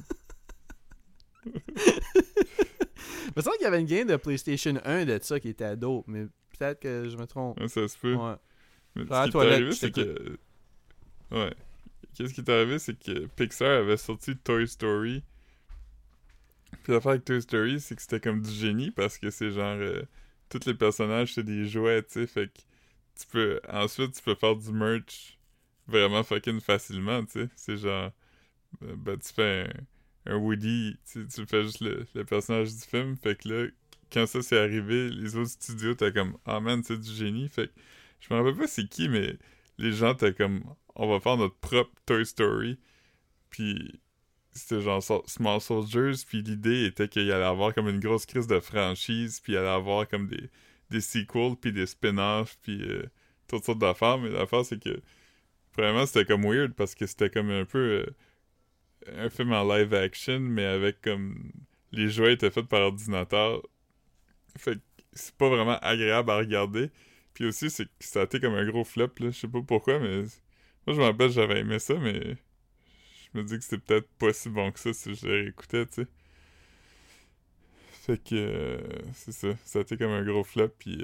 Il me semble qu'il y avait une game de PlayStation 1 de ça qui était dope, mais peut-être que je me trompe. Ouais, ça se peut. Ouais. Mais À la ce qui est toilette, arrivé, je c'est t'écoute. que... Ouais. Qu'est-ce qui est arrivé, c'est que Pixar avait sorti Toy Story. Puis l'affaire avec Toy Story, c'est que c'était comme du génie parce que c'est genre... tous les personnages, c'est des jouets, tu sais. Fait que tu peux... Ensuite, tu peux faire du merch vraiment fucking facilement, tu sais. C'est genre... ben, tu fais un Woody, tu fais juste le personnage du film. Fait que là, quand ça c'est arrivé, les autres studios, t'as comme... Ah man, c'est du génie. Fait que je me rappelle pas c'est qui, mais les gens, t'as comme... On va faire notre propre Toy Story. Puis c'était genre Small Soldiers. Puis l'idée était qu'il allait avoir comme une grosse crise de franchise. Puis il allait avoir comme des sequels, puis des spin-offs, puis toutes sortes d'affaires. Mais l'affaire, c'est que vraiment, c'était comme weird parce que c'était comme un peu un film en live action, mais avec comme... Les jouets étaient faits par ordinateur. Fait que c'est pas vraiment agréable à regarder. Puis aussi, c'est que ça a été comme un gros flop, là. Je sais pas pourquoi, mais... Moi, je me rappelle, j'avais aimé ça, mais... Je me dis que c'était peut-être pas si bon que ça si je le réécoutais, tu sais. Fait que... c'est ça. Ça a été comme un gros flop, puis...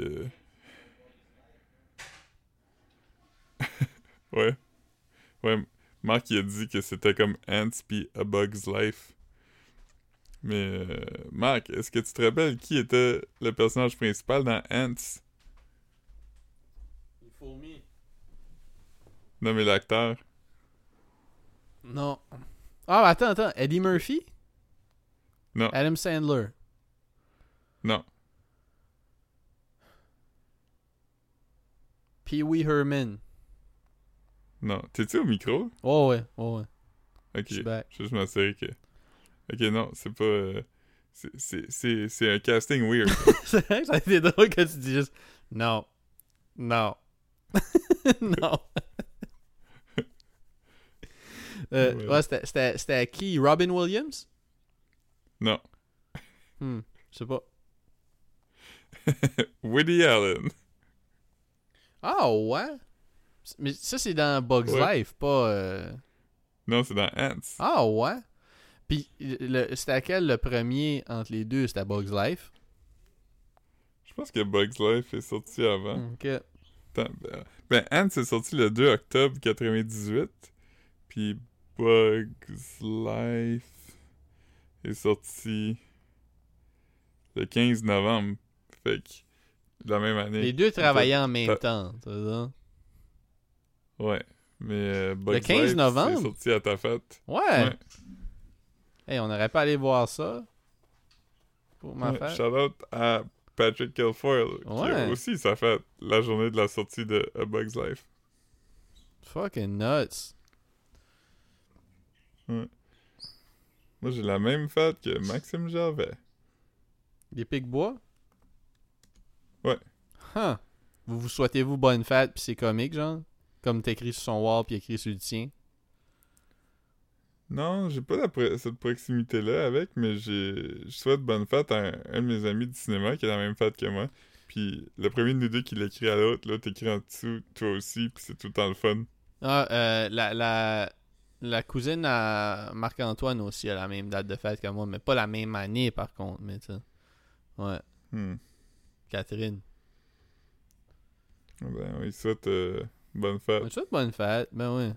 Ouais. Ouais, Marc, il a dit que c'était comme Ants puis A Bug's Life. Mais, Marc, est-ce que tu te rappelles qui était le personnage principal dans Ants? Il faut me. Non, mais l'acteur. Non. Ah, attends. Eddie Murphy? Non. Adam Sandler. Non. Pee-wee Herman. Non. T'es-tu au micro? Oh ouais. Ok. Je suis back. Je vais juste m'assurer que... Ok, non, c'est pas... C'est un casting weird. C'est vrai que ça a été drôle que tu dis juste non. Non. Non. Ouais, c'était qui? Robin Williams? Non. Je sais pas. Woody Allen. Ah ouais? Mais ça, c'est dans Bugs Life, pas... Non, c'est dans Ants. Ah ouais? Puis, c'était quel le premier entre les deux? C'était Bugs Life? Je pense que Bugs Life est sorti avant. Ok. Attends, Ants est sorti le 2 octobre 98. Puis Bugs Life est sorti le 15 novembre. Fait que la même année. Les deux travaillaient en même temps, c'est ça? Ouais. Mais Bugs le 15 Life, novembre? c'est sorti à ta fête. Ouais. Hey, on n'aurait pas allé voir ça pour ma fête. Shout out à Patrick Kilfoyle, qui a aussi sa fête la journée de la sortie de A Bug's Life. Fucking nuts. Ouais. Moi, j'ai la même fête que Maxime Gervais. Des Pic-Bois? Ouais. Huh. Vous souhaitez-vous bonne fête pis c'est comique, genre? Comme t'écris sur son wall pis écrit sur le tien? Non, j'ai pas cette proximité-là avec, mais je souhaite bonne fête à un de mes amis du cinéma qui a la même fête que moi. Puis le premier de nous deux qui l'écrit à l'autre, là, t'écris en dessous, toi aussi, puis c'est tout le temps le fun. Ah, la cousine à Marc-Antoine aussi a la même date de fête que moi, mais pas la même année par contre, mais tu sais. Ouais. Catherine. Ben oui, souhaite bonne fête. Je souhaite bonne fête, ben oui.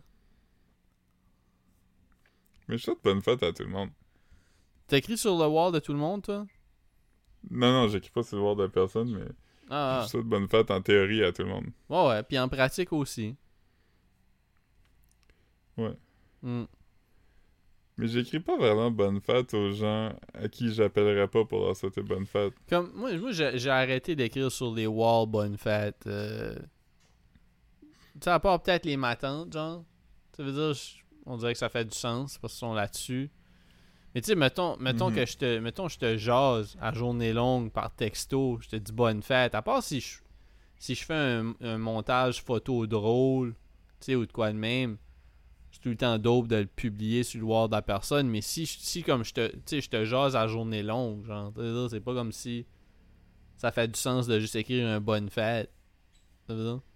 Mais je souhaite bonne fête à tout le monde. T'as écrit sur le wall de tout le monde, toi? Non, j'écris pas sur le wall de personne, mais je souhaite bonne fête en théorie à tout le monde. Ouais, puis en pratique aussi. Ouais. Mais j'écris pas vraiment bonne fête aux gens à qui j'appellerais pas pour leur souhaiter bonne fête. Comme moi j'ai arrêté d'écrire sur les walls bonne fête. Tu sais, à part peut-être les matantes, genre. Ça veut dire, on dirait que ça fait du sens parce qu'ils sont là-dessus. Mais tu sais, mettons que je te jase à journée longue par texto, je te dis bonne fête. À part si je fais un montage photo drôle, tu sais, ou de quoi de même. C'est tout le temps dope de le publier sur le wall de la personne, mais si comme je te jase à journée longue, genre, c'est pas comme si ça fait du sens de juste écrire un bonne fête. Ça veut dire?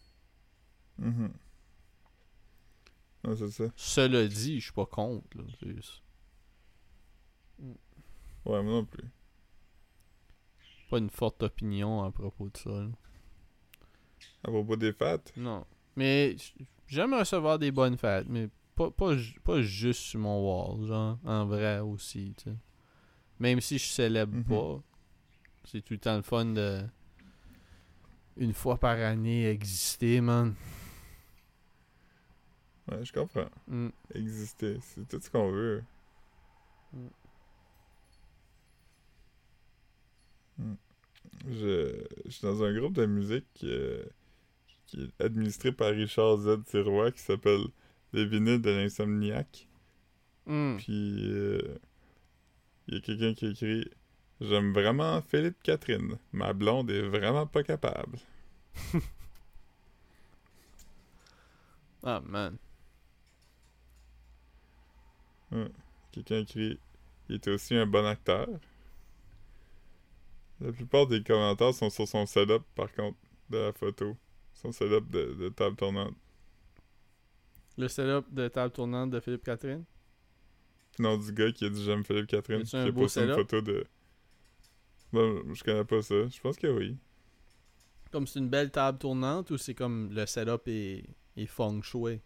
Ouais, c'est ça. Cela dit, je suis pas contre, là. C'est juste... Ouais, moi non plus. Pas une forte opinion à propos de ça, là. À propos des fêtes? Non. Mais j'aime recevoir des bonnes fêtes, mais pas juste sur mon wall, genre, en vrai aussi, tu sais. Même si je célèbre pas, c'est tout le temps le fun de une fois par année exister, man. Ouais, je comprends. Exister, c'est tout ce qu'on veut. Je suis dans un groupe de musique qui est administré par Richard Z. Sirois qui s'appelle Les Vinyles de l'Insomniaque. Puis il y a quelqu'un qui écrit « J'aime vraiment Philippe Catherine. Ma blonde est vraiment pas capable. » Ah, man. Quelqu'un écrit « Il était aussi un bon acteur. » La plupart des commentaires sont sur son setup, par contre, de la photo. Son setup de table tournante. Le setup de table tournante de Philippe Catherine? Non, du gars qui a dit « J'aime Philippe Catherine » qui a posté une photo de... Bon, je connais pas ça. Je pense que oui. Comme c'est une belle table tournante ou c'est comme le setup est feng shui?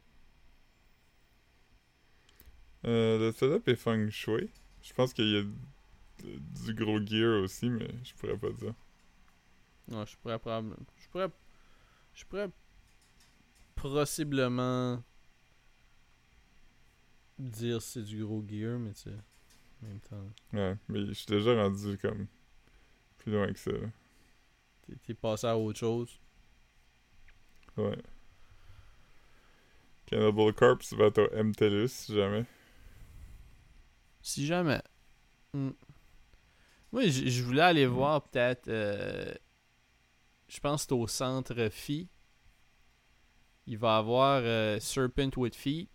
Le setup est feng shui. Je pense qu'il y a du gros gear aussi, mais je pourrais pas dire. Non, je pourrais possiblement dire c'est du gros gear, mais tu sais, en même temps. Ouais, mais je suis déjà rendu comme plus loin que ça. T'es passé à autre chose. Ouais. Cannibal Corpse va être au MTLUS, si jamais. Si jamais. Moi, je voulais aller voir peut-être... je pense que c'est au Centre Phi. Il va avoir Serpent with Feet.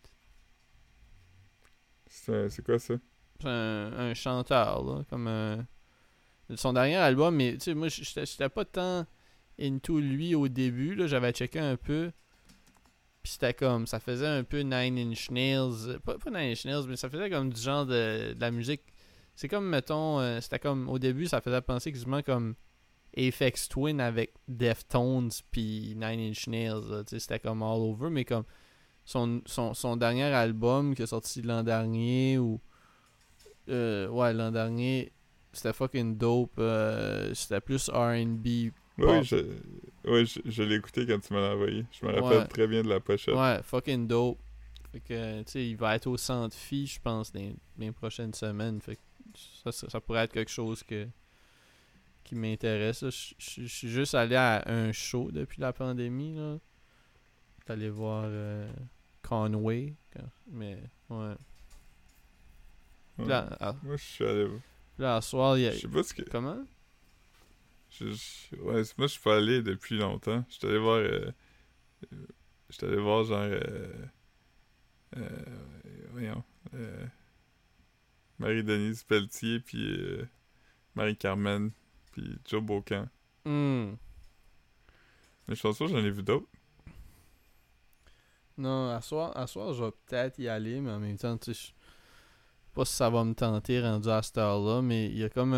C'est quoi ça? C'est un chanteur, là, comme son dernier album, mais tu sais, moi, j'étais pas tant into lui au début, là, j'avais checké un peu, puis c'était comme, ça faisait un peu Nine Inch Nails, pas Nine Inch Nails, mais ça faisait comme du genre de la musique, c'est comme, mettons, c'était comme, au début, ça faisait penser quasiment comme Aphex Twin avec Deftones, puis Nine Inch Nails, là, tu sais, c'était comme all over, mais comme, son dernier album qui est sorti l'an dernier, ou ouais, l'an dernier, c'était fucking dope. C'était plus R&B Oui, pop. je l'ai écouté quand tu me l'as envoyé. Je me rappelle très bien de la pochette. Ouais, fucking dope. Fait que, tu sais, il va être au Centre Phi, je pense, dans les prochaines semaines. Fait que ça pourrait être quelque chose qui m'intéresse. Je suis juste allé à un show depuis la pandémie, là. J'étais allé voir Conway. Mais, ouais. Ouais. Là, Moi, je suis allé... à soir, il y a... Je sais pas ce que... Comment? Ouais, moi, je suis pas allé depuis longtemps. J'étais allé voir genre... voyons... Marie-Denise Pelletier, puis Marie-Carmen, puis Joe Bocan. Hmm. Mais je pense pas que j'en ai vu d'autres. Non, à soir, je vais peut-être y aller, mais en même temps, tu sais, je sais pas si ça va me tenter rendu à cette heure-là, mais il y a comme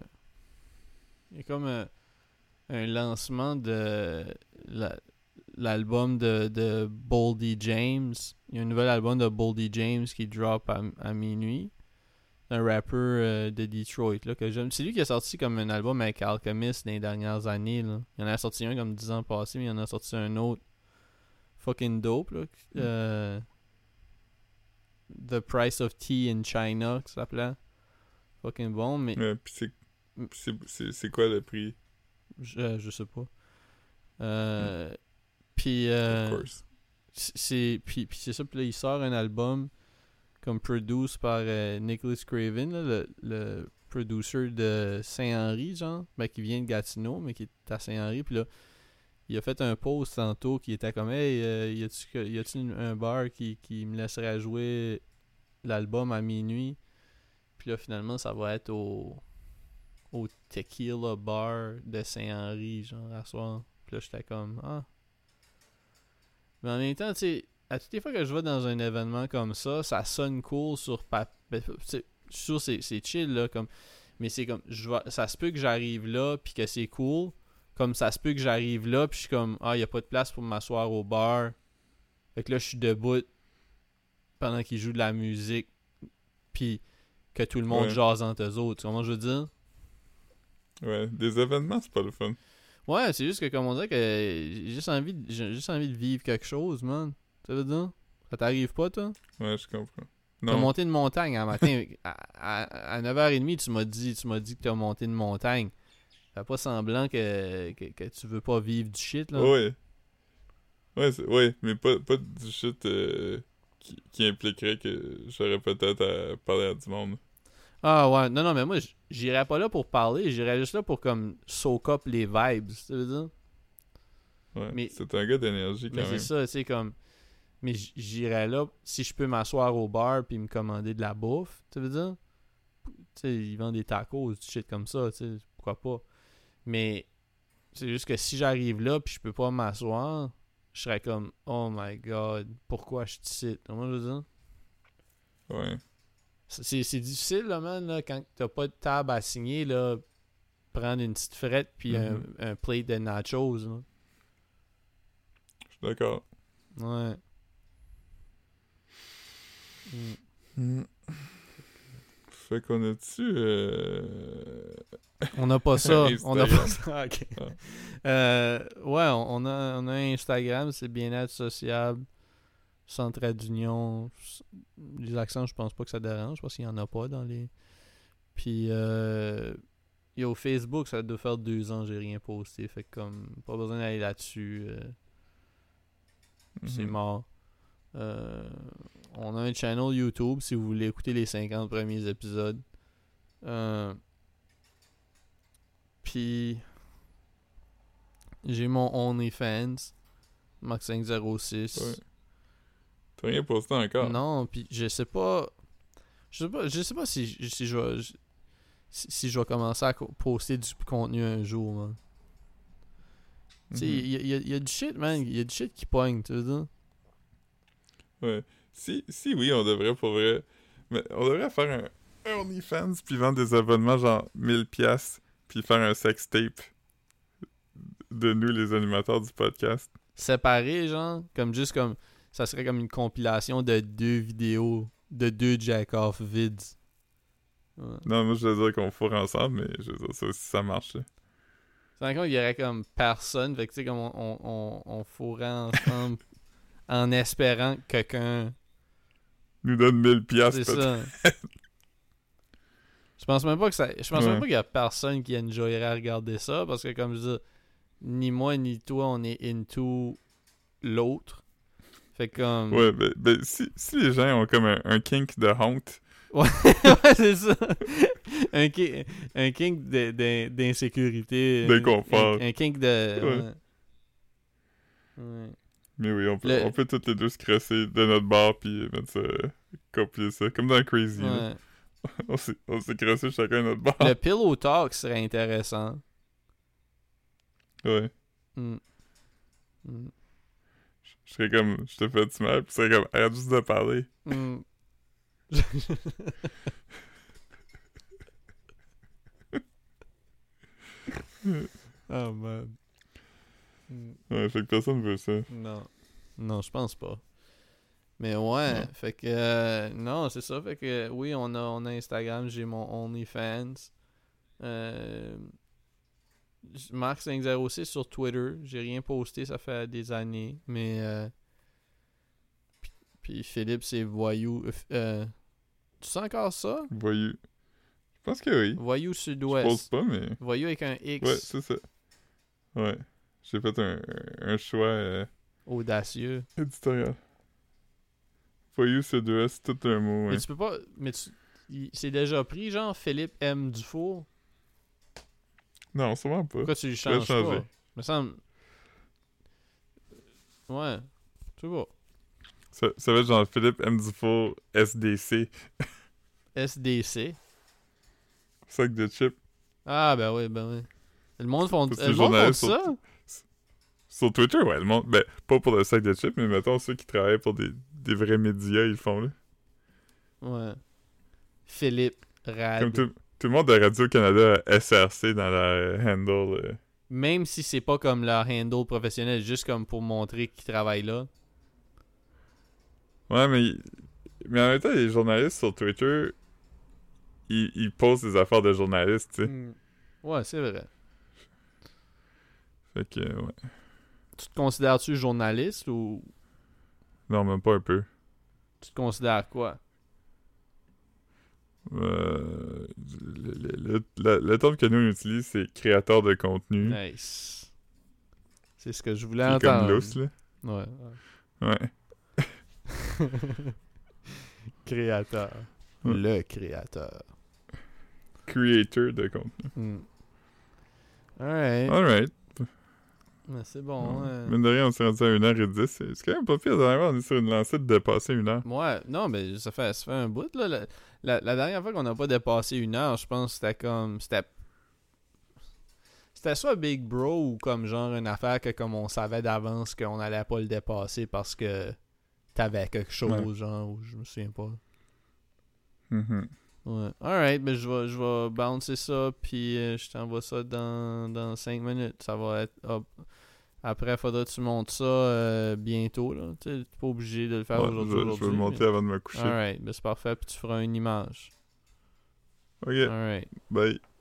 un lancement de l'album de Boldy James. Il y a un nouvel album de Boldy James qui drop à minuit. Un rapper de Detroit là, que j'aime. C'est lui qui a sorti comme un album avec Alchemist dans les dernières années. Là. Il en a sorti un comme 10 ans passés, mais il en a sorti un autre fucking dope. Là. The Price of Tea in China, que ça s'appelait. Fucking bon, mais Puis c'est quoi le prix? je sais pas. Puis Of course. puis c'est ça, puis là il sort un album comme produced par Nicholas Craven, là, le producer de Saint-Henri, genre, ben, qui vient de Gatineau, mais qui est à Saint-Henri, puis là il a fait un post tantôt qui était comme hey, y a-tu un bar qui me laisserait jouer l'album à minuit? Puis là finalement ça va être au Tequila Bar de Saint-Henri, genre à soir. Puis là j'étais comme ah. Mais en même temps, tu sais, à toutes les fois que je vais dans un événement comme ça sonne cool sur papier. Je suis sûr c'est chill là, comme. Mais c'est comme ça se peut que j'arrive là puis que c'est cool. Comme ça se peut que j'arrive là, puis je suis comme, ah, y a pas de place pour m'asseoir au bar. Fait que là, je suis debout pendant qu'ils jouent de la musique, puis que tout le monde jase entre eux autres. Tu comprends ce que je veux dire? Ouais, des événements, c'est pas le fun. Ouais, c'est juste que, comme on dirait que j'ai juste envie de vivre quelque chose, man. Ça veut dire? Ça t'arrive pas, toi? Ouais, je comprends. T'as monté une montagne un matin. à 9h30, tu m'as dit que t'as monté une montagne. Fais pas semblant que tu veux pas vivre du shit, là. Ouais. Ouais, mais pas du shit qui impliquerait que j'aurais peut-être à parler à du monde. Ah ouais, non, mais moi, j'irais pas là pour parler, j'irais juste là pour comme soak up les vibes, tu veux dire? Ouais, mais, c'est un gars d'énergie quand même. Mais c'est ça, tu sais, comme... Mais j'irais là, si je peux m'asseoir au bar puis me commander de la bouffe, tu veux dire? Tu sais, ils vendent des tacos, du shit comme ça, tu sais, pourquoi pas? Mais c'est juste que si j'arrive là puis je peux pas m'asseoir, je serais comme oh my god, pourquoi je te comment je veux dire? Ouais. C'est difficile là, man, là, quand t'as pas de table à signer, là, prendre une petite frette puis un plate de nachos, là. Je suis d'accord. Ouais. Fait qu'on a-tu on n'a pas ça. On n'a pas ça. Ah. Ok. Ouais, on a Instagram, c'est bien-être sociable, sans trait d'union. Les accents, je pense pas que ça dérange, parce qu'il y en a pas dans les. Puis au Facebook, ça doit faire 2 ans que j'ai rien posté, fait que comme pas besoin d'aller là-dessus. C'est mort. On a un channel YouTube si vous voulez écouter les 50 premiers épisodes. Puis j'ai mon OnlyFans, Max506. Ouais. T'as rien posté encore? Non, puis je sais pas si je vais commencer à poster du contenu un jour, man. Tu sais, il y a du shit, man. Il y a du shit qui pogne, tu veux dire? Ouais. Si oui, on devrait pour vrai. Mais on devrait faire un OnlyFans puis vendre des abonnements genre 1000$, puis faire un sex tape de nous, les animateurs du podcast. Séparé, genre, comme ça serait comme une compilation de 2 vidéos, de 2 jack-off vides. Ouais. Non, moi je veux dire qu'on fourre ensemble, mais je veux dire ça aussi, ça marche. C'est encore, il y aurait comme personne, fait que tu sais, comme on fourrait ensemble en espérant que quelqu'un. Nous donne 1000$. C'est ça. Je pense même pas que ça. Je pense même pas qu'il y a personne qui enjoyerait à regarder ça, parce que comme je dis, ni moi ni toi on est into l'autre. Fait comme. Ouais, ben si les gens ont comme un kink de honte. Ouais, ouais, c'est ça. un kink d'insécurité. D'inconfort. Un kink de. Ouais. Ouais. Mais oui, on peut toutes les deux se crosser de notre bar puis mettre ça, copier ça, comme dans Crazy. Ouais. Là. On s'est crossé chacun notre bar. Le Pillow Talk serait intéressant. Ouais. Mm. Je serais comme, je te fais du mal, pis c'est comme, arrête juste de parler. Mm. Oh man. Ouais, fait que personne veut ça. Non. Non, je pense pas. Mais ouais, Non. fait que non, c'est ça, fait que oui, on a Instagram, j'ai mon OnlyFans. Marc506 sur Twitter, j'ai rien posté, ça fait des années, mais puis Philippe c'est Voyou. Tu sens encore ça? Voyou. Je pense que oui. Voyou Je Sud-Ouest. pose pas, mais... Voyou avec un X. Ouais, c'est ça. Ouais. J'ai fait un choix Audacieux. éditorial. Voyou, c'est deux S, c'est tout un mot. Mais Ouais. tu peux pas. Mais c'est déjà pris, genre Philippe M. Dufour. Non, sûrement pas. Pourquoi tu le Je vais changes changer. pas? Me semble. Ouais. Tu vois. Ça va être genre Philippe M. Dufour SDC. SDC. Sac de chips. Ah, ben oui, ben oui. Le monde font, Parce que le les monde font journalistes ça? Sur Twitter, ouais, le monde... Ben, pas pour le sac de chips, mais mettons ceux qui travaillent pour des vrais médias, ils le font, là. Ouais. Philippe Rad. Comme tout le monde de Radio-Canada a SRC dans leur handle. Même si c'est pas comme leur handle professionnel, juste comme pour montrer qu'ils travaillent là. Ouais, mais en même temps, les journalistes sur Twitter, ils postent des affaires de journalistes, tu sais. Ouais, c'est vrai. Fait que, ouais. Tu te considères-tu journaliste ou Non, même pas un peu. tu te considères quoi? Le terme que nous on utilise, c'est créateur de contenu. Nice. C'est ce que je voulais C'est comme entendre. lousse, là. Ouais. Ouais. Créateur. Ouais. Le créateur. Creator de contenu. Alright. Mais c'est bon. Mine de rien, on s'est rendu à 1h10. C'est quand même pas pire. Dernièrement, on est sur une lancée de dépasser 1h. Ouais, non, mais ça fait un bout, là. La dernière fois qu'on n'a pas dépassé 1 heure, je pense que c'était comme... C'était soit Big Bro ou comme genre une affaire que comme on savait d'avance qu'on allait pas le dépasser parce que t'avais quelque chose, genre, ou je me souviens pas. Mm-hmm. Ouais. Alright, ben je vais bouncer ça, puis je t'envoie ça dans 5 minutes. Ça va être up. Après, faudra que tu montes ça bientôt, là. Tu n'es pas obligé de le faire aujourd'hui. Je vais le monter avant de me coucher. Alright, ben c'est parfait, puis tu feras une image. Ok, Alright. bye.